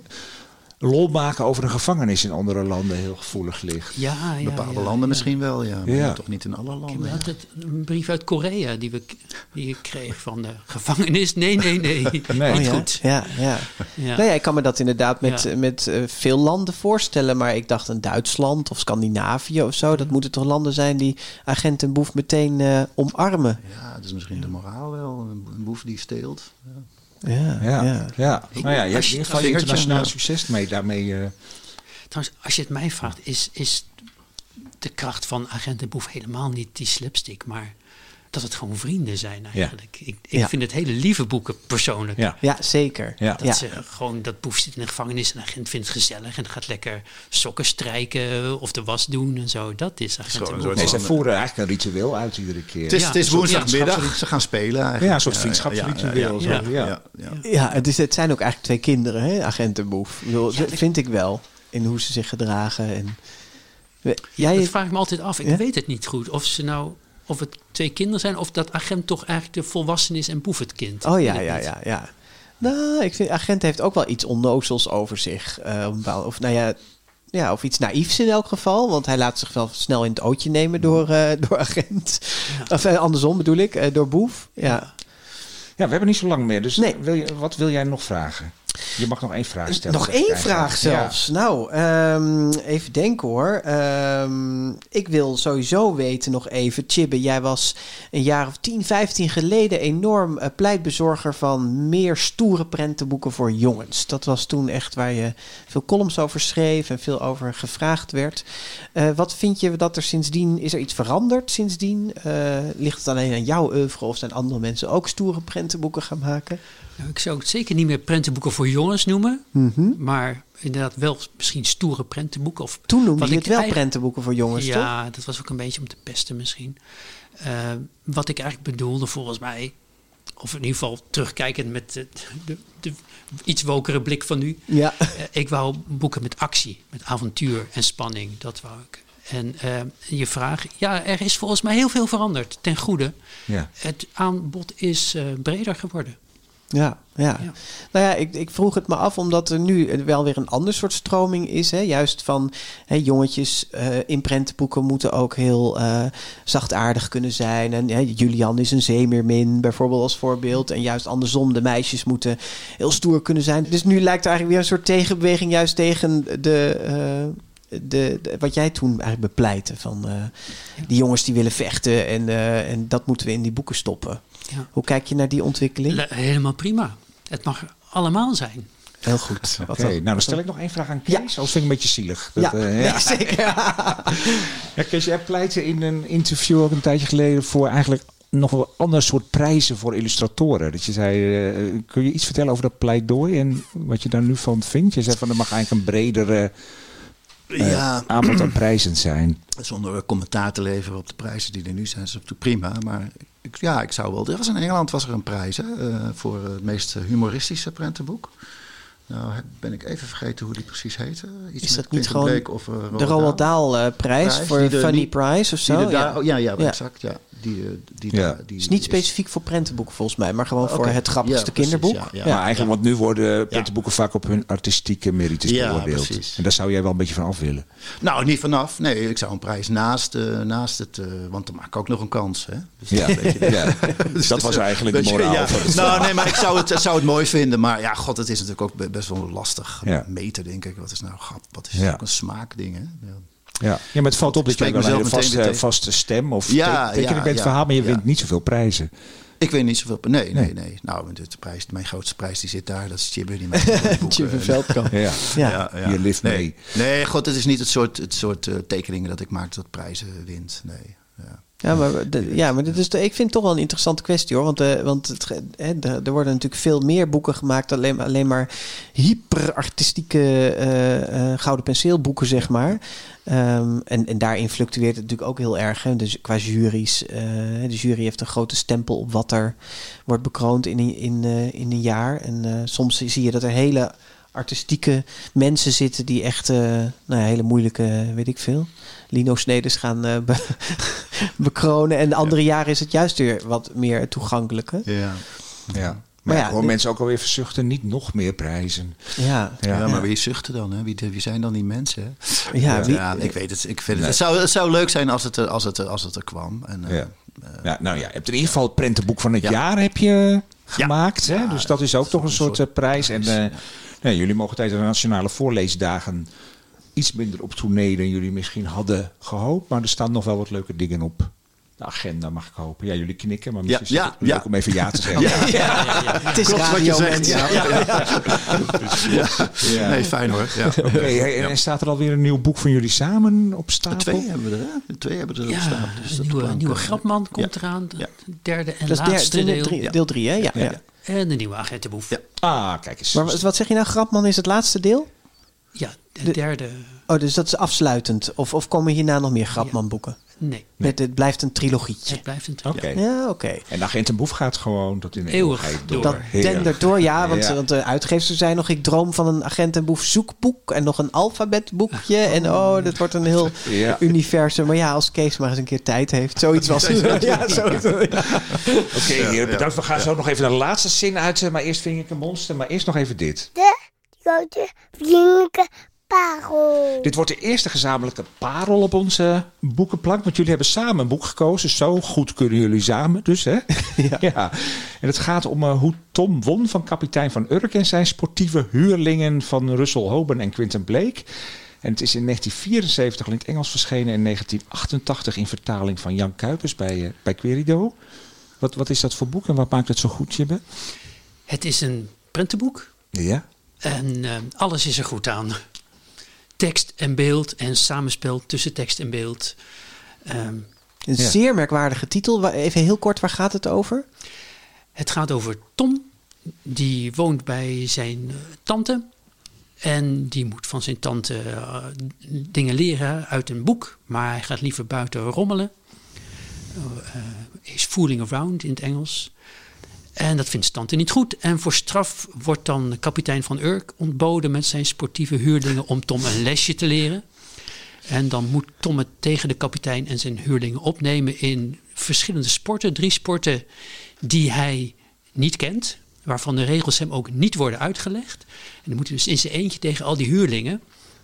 lol maken over een gevangenis in andere landen heel gevoelig ligt. Ja, ja, bepaalde ja, landen ja. misschien wel, ja. Maar ja. toch niet in alle landen. Ik had het, een brief uit Korea die, we, die ik kreeg van de gevangenis. Nee, nee, nee. nee. Niet oh, ja? goed. Ja, ja. ja. Nou ja, ik kan me dat inderdaad met, ja. met uh, veel landen voorstellen. Maar ik dacht een Duitsland of Scandinavië of zo. Dat moeten toch landen zijn die Agent en Boef meteen uh, omarmen. Ja, dat is misschien de moraal wel. Een boef die steelt. Ja. Ja, ja, ja. ja. Ik, nou ja, je hebt in ieder geval internationaal ja. succes mee daarmee. Uh... Trouwens, als je het mij vraagt, is, is de kracht van Agent en Boef helemaal niet die slapstick, maar dat het gewoon vrienden zijn eigenlijk. Ja. Ik, ik Ja. vind het hele lieve boeken persoonlijk. Ja. Ja, zeker. Ja. Dat Ja. ze gewoon, dat boef zit in de gevangenis en de agent vindt het gezellig en gaat lekker sokken strijken of de was doen en zo. Dat is agent gewoon en een boef. soort Nee, ze voeren eigenlijk een ritueel uit iedere keer. Het is, Ja, het is een soort woensdagmiddag, vriendschapsritueel. ze gaan spelen eigenlijk. Ja, een soort vriendschapsritueel, Ja, ja, zo, ja, ja. ja, ja. Ja, het, is, het zijn ook eigenlijk twee kinderen, hè, agent en boef. Ik bedoel, Ja, dat dat- vind ik wel, in hoe ze zich gedragen. En... We- Jij, Dat vraag ik me altijd af. Ik Ja? weet het niet goed. Of ze nou, of het twee kinderen zijn, of dat agent toch eigenlijk de volwassen is en boef het kind. Oh Ik ja, weet het ja, niet. ja, ja. Nou, ik vind agent heeft ook wel iets onnozels over zich. eh, op een bepaalde- of nou ja, ja, of iets naïefs in elk geval. Want hij laat zich wel snel in het ootje nemen door, eh, door agent. Of eh, andersom bedoel ik, eh, door boef. Ja. Ja, we hebben niet zo lang meer. Dus Nee. wil je, wat wil jij nog vragen? Je mag nog één vraag stellen. Nog Even één kijken. vraag zelfs. Nou, ehm, even denken hoor. Ehm, ik wil sowieso weten nog even. Chibbe, jij was een jaar of tien, vijftien geleden enorm uh, pleitbezorger van meer stoere prentenboeken voor jongens. Dat was toen echt waar je veel columns over schreef en veel over gevraagd werd. Uh, wat vind je dat er sindsdien, is er iets veranderd sindsdien? Uh, ligt het alleen aan jouw oeuvre of zijn andere mensen ook stoere prentenboeken gaan maken? Nou, ik zou het zeker niet meer prentenboeken voor jongens noemen. Mm-hmm. Maar inderdaad wel misschien stoere prentenboeken. Of Toen noemde wat je ik het wel eigenlijk- prentenboeken voor jongens, toch? Ja, dat was ook een beetje om te pesten misschien. Uh, wat ik eigenlijk bedoelde volgens mij, of in ieder geval terugkijkend met de, de, de iets wokere blik van nu. Ja. Uh, ik wou boeken met actie, met avontuur en spanning. Dat wou ik. En uh, je vraag, ja, er is volgens mij heel veel veranderd ten goede. Ja. Het aanbod is uh, breder geworden. Ja, ja. Ja. Nou ja, ik, ik vroeg het me af omdat er nu wel weer een ander soort stroming is. Hè? Juist van hè, jongetjes uh, in prentenboeken moeten ook heel uh, zachtaardig kunnen zijn. En hè, Julian is een zeemeermin bijvoorbeeld als voorbeeld. En juist andersom, de meisjes moeten heel stoer kunnen zijn. Dus nu lijkt er eigenlijk weer een soort tegenbeweging juist tegen de... Uh, De, de, wat jij toen eigenlijk bepleitte van uh, die jongens die willen vechten en, uh, en dat moeten we in die boeken stoppen. Ja. Hoe kijk je naar die ontwikkeling? Le- helemaal prima. Het mag allemaal zijn. Heel goed. Oké, okay, nou dan stel ik nog één vraag aan Kees. Ja. Anders vind ik een beetje zielig. Dat, ja, uh, nee, ja. zeker. Ja, Kees, jij pleitte in een interview ook een tijdje geleden voor eigenlijk nog wel ander soort prijzen voor illustratoren. Dat je zei, uh, kun je iets vertellen over dat pleidooi en wat je daar nu van vindt? Je zei van er mag eigenlijk een bredere uh, ja. aanbod aan prijzen zijn. Zonder commentaar te leveren op de prijzen die er nu zijn, is natuurlijk prima. Maar ik, ja, ik zou wel. Er was in Engeland was er een prijs hè, uh, voor het meest humoristische prentenboek. Nou ben ik even vergeten hoe die precies heette. Iets Is dat met niet gewoon Bleek of, uh, de Roald Dahl uh, prijs voor die de, Funny die, Prize of zo? Die ja. daar, oh, ja, ja, ja, exact. Ja. Die, die, ja. daar, die is niet is, specifiek voor prentenboeken volgens mij, maar gewoon okay. voor het grappigste ja, precies, kinderboek. Ja, ja. Maar eigenlijk, ja. want nu worden prentenboeken ja. vaak op hun artistieke merites ja, beoordeeld. Precies. En daar zou jij wel een beetje van af willen. Nou, niet vanaf. Nee, ik zou een prijs naast, uh, naast het... Uh, want dan maak ik ook nog een kans. Hè? Dus ja. dat, beetje, ja. dus dat was eigenlijk de moraal ja. van het Nou, nee, maar ik zou het, zou het mooi vinden. Maar ja, god, het is natuurlijk ook best wel lastig ja. meten, denk ik. Wat is nou grap? Wat is ja. ook een smaakding, hè? Ja. Ja. ja, maar het valt op dat je wel een vaste, vaste stem of ja, teken ja, bent ja, verhaal, maar je ja. wint niet zoveel prijzen. Ik weet niet zoveel. Nee, nee, nee. Nou, de prijs, mijn grootste prijs die zit daar. Dat is Chibbe. Die maakt Chibbe Veldkamp. Ja. Ja. Ja, ja. Je lift nee. mee. Nee, god, het is niet het soort, het soort uh, tekeningen dat ik maak dat prijzen wint. Nee. Ja. Ja, maar, de, ja, maar dit is de, ik vind het toch wel een interessante kwestie hoor. Want, uh, want het, hè, de, er worden natuurlijk veel meer boeken gemaakt. Alleen, alleen maar hyperartistieke uh, uh, gouden penseelboeken, zeg maar. Um, en, en daarin fluctueert het natuurlijk ook heel erg. Hè. Dus qua juries. Uh, de jury heeft een grote stempel op wat er wordt bekroond in, in, uh, in een jaar. En uh, soms zie je dat er hele artistieke mensen zitten die echt uh, nou ja, hele moeilijke, weet ik veel, Lino-sneders gaan uh, be- bekronen. En de andere ja. jaren is het juist weer wat meer toegankelijke. Ja. Ja. Maar, maar ja, gewoon dit... mensen ook alweer verzuchten, niet nog meer prijzen. Ja, ja, ja maar wie zuchten dan? Hè? Wie, wie zijn dan die mensen? Hè? Ja, wie... ja, ik weet het. Ik vind het, het, zou, het zou leuk zijn als het er, als het er, als het er kwam. En, ja. Uh, ja, nou ja, je hebt in ieder geval het prentenboek van het ja. jaar heb je gemaakt. Ja. Hè? Ja, dus dat is ook dat toch een is soort, een soort prijs. En uh, ja. nee, jullie mogen tijdens de nationale voorleesdagen iets minder op tournee dan jullie misschien hadden gehoopt. Maar er staan nog wel wat leuke dingen op. de agenda, mag ik hopen. Ja, jullie knikken, maar misschien ja, is het ja, leuk ja. om even ja te zeggen. Ja, Ja. ja, ja, ja. Het is Klopt radio, wat je zegt. mensen. Ja, ja, ja. Ja. Ja. Nee, fijn hoor. Ja. Oké, okay, en, en staat er alweer een nieuw boek van jullie samen op stapel? Twee hebben we er, hè? Twee hebben we er ja, op staan. Dus een nieuwe, nieuwe Grapman komt ja. eraan. De ja. derde en dat laatste is deel. Drie, deel drie, hè? Ja, ja. ja. En de nieuwe Agentenboef. Ja. Ah, kijk eens. Maar wat zeg je nou? Grapman is het laatste deel? Ja, de derde. Oh, dus dat is afsluitend. Of, of komen hierna nog meer Grapman boeken? Nee. nee. Het, het blijft een trilogietje. Het blijft een trilogie. Okay. Ja, oké. Okay. En Agentenboef gaat gewoon tot in de eeuwig eeuwigheid door. Dat dendert door, ja. Want, ja. want de uitgevers zei nog... ik droom van een Agentenboef zoekboek... en nog een alfabetboekje. En oh, dat wordt een heel ja. universum. Maar ja, als Kees maar eens een keer tijd heeft. Zoiets was het. Ja, zoiets. Ja. Oké, okay, ja, bedankt. We gaan zo nog even de laatste zin uit. Maar eerst vind ik een monster. Maar eerst nog even dit. De grote vriendelijke parel. Dit wordt de eerste gezamenlijke parel op onze boekenplank. Want jullie hebben samen een boek gekozen. Zo goed kunnen jullie samen dus, hè? Ja. ja. En het gaat om uh, hoe Tom won van kapitein Van Urk... en zijn sportieve huurlingen van Russell Hoban en Quentin Blake. En het is in negentien vierenzeventig in het Engels verschenen... en in negentien achtentachtig in vertaling van Jan Kuipers bij, uh, bij Querido. Wat, wat is dat voor boek en wat maakt het zo goed, Jibbe? Het is een prentenboek. Ja. En uh, alles is er goed aan. Tekst en beeld en samenspel tussen tekst en beeld. Um, een ja. zeer merkwaardige titel. Even heel kort, waar gaat het over? Het gaat over Tom. Die woont bij zijn uh, tante. En die moet van zijn tante uh, dingen leren uit een boek. Maar hij gaat liever buiten rommelen. Uh, uh, is fooling around in het Engels. En dat vindt zijn tante niet goed. En voor straf wordt dan kapitein Van Urk ontboden met zijn sportieve huurlingen om Tom een lesje te leren. En dan moet Tom het tegen de kapitein en zijn huurlingen opnemen in verschillende sporten. Drie sporten die hij niet kent, waarvan de regels hem ook niet worden uitgelegd. En dan moet hij dus in zijn eentje tegen al die huurlingen.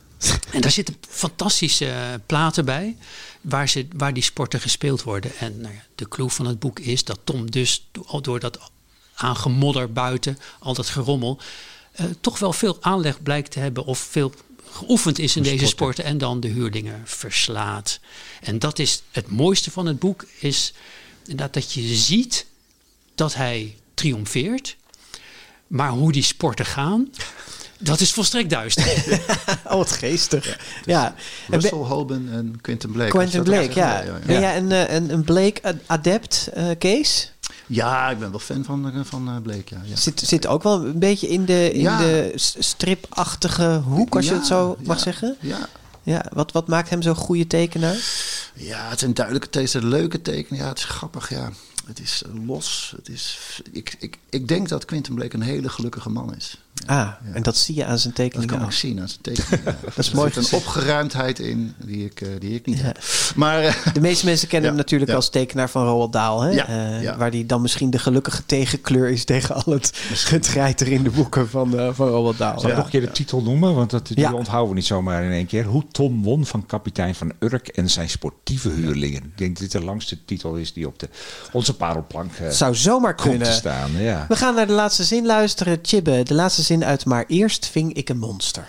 En daar zitten fantastische uh, platen bij, waar, ze, waar die sporten gespeeld worden. En nou ja, de clue van het boek is dat Tom dus door, door dat aangemodder buiten, al dat gerommel, uh, toch wel veel aanleg blijkt te hebben of veel geoefend is in deze sporten en dan de huurlingen verslaat. En dat is het mooiste van het boek, is dat, dat je ziet dat hij triomfeert, maar hoe die sporten gaan, dat is volstrekt duister. Oh, wat geestig. Ja, ja. Russell Hoban en Quentin Blake. Quentin Blake, ja. Ja, ja, ja. Ben jij een, een, een Blake-adept, uh, Kees? Ja, ik ben wel fan van, van uh, Blake, ja. ja. Zit, zit ook wel een beetje in de, in ja. de stripachtige hoek, als ja, je het zo mag ja, zeggen? Ja. Ja, wat, wat maakt hem zo'n goede tekenaar? Ja, het zijn duidelijke tekens, een leuke teken. Ja, het is grappig, ja. Het is los. Het is, ik, ik, ik denk dat Quentin Blake een hele gelukkige man is. Ja, ah, ja. En dat zie je aan zijn tekeningen. Dat kan ook ik zien aan zijn tekeningen. Ja. Dat is mooi. Er zit een opgeruimdheid in die ik, uh, die ik niet ja. heb. Maar, uh, de meeste mensen kennen ja, hem natuurlijk ja. als tekenaar van Roald Dahl. Hè? Ja, uh, ja. Waar die dan misschien de gelukkige tegenkleur is tegen al het getreiter in de boeken van, uh, van Roald Dahl. Zal ik ja. nog een keer de titel noemen? Want dat, die ja. onthouden we niet zomaar in één keer. Hoe Tom won van kapitein Van Urk en zijn sportieve huurlingen. Ik denk dat dit de langste titel is die op de, onze parelplank uh, zou zomaar kunnen te staan. Ja. We gaan naar de laatste zin luisteren. Tjibbe, de laatste zin uit Maar eerst ving ik een monster.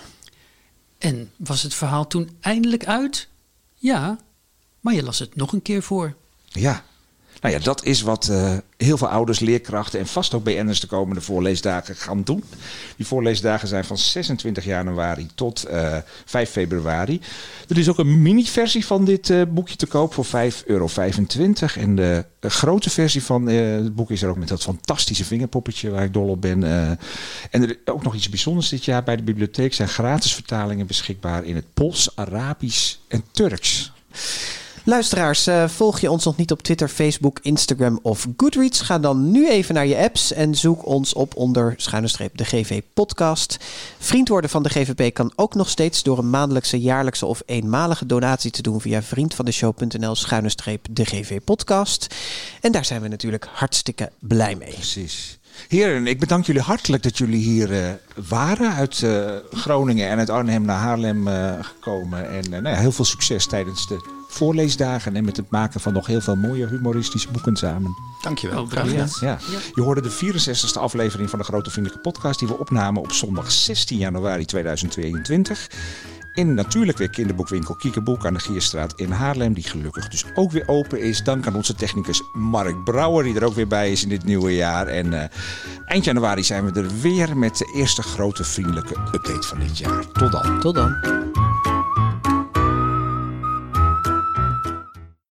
En was het verhaal toen eindelijk uit? Ja, maar je las het nog een keer voor. Ja, nou ja, dat is wat uh, heel veel ouders, leerkrachten en vast ook B N'ers de komende voorleesdagen gaan doen. Die voorleesdagen zijn van zesentwintig januari tot uh, vijf februari. Er is ook een mini-versie van dit uh, boekje te koop voor vijf euro vijfentwintig. En de uh, grote versie van uh, het boek is er ook met dat fantastische vingerpoppetje waar ik dol op ben. Uh, en er is ook nog iets bijzonders dit jaar. Bij de bibliotheek zijn gratis vertalingen beschikbaar in het Pools, Arabisch en Turks. Luisteraars, uh, volg je ons nog niet op Twitter, Facebook, Instagram of Goodreads? Ga dan nu even naar je apps en zoek ons op onder schuine streep de G V podcast. Vriend worden van de G V P kan ook nog steeds door een maandelijkse, jaarlijkse of eenmalige donatie te doen via vriendvandeshow.nl schuine streep de G V podcast. En daar zijn we natuurlijk hartstikke blij mee. Precies. Heren, ik bedank jullie hartelijk dat jullie hier uh, waren. Uit uh, Groningen en uit Arnhem naar Haarlem uh, gekomen. En uh, nou ja, heel veel succes tijdens de voorleesdagen. En met het maken van nog heel veel mooie humoristische boeken samen. Dankjewel. Ja, ja. Ja. Je hoorde de vierenzestigste aflevering van de Grote Vriendelijke Podcast. Die we opnamen op zondag zestien januari tweeduizend tweeëntwintig. in natuurlijk weer kinderboekwinkel Kiekeboek aan de Gierstraat in Haarlem. Die gelukkig dus ook weer open is. Dank aan onze technicus Mark Brouwer die er ook weer bij is in dit nieuwe jaar. En uh, eind januari zijn we er weer met de eerste grote vriendelijke update van dit jaar. Tot dan. Tot dan.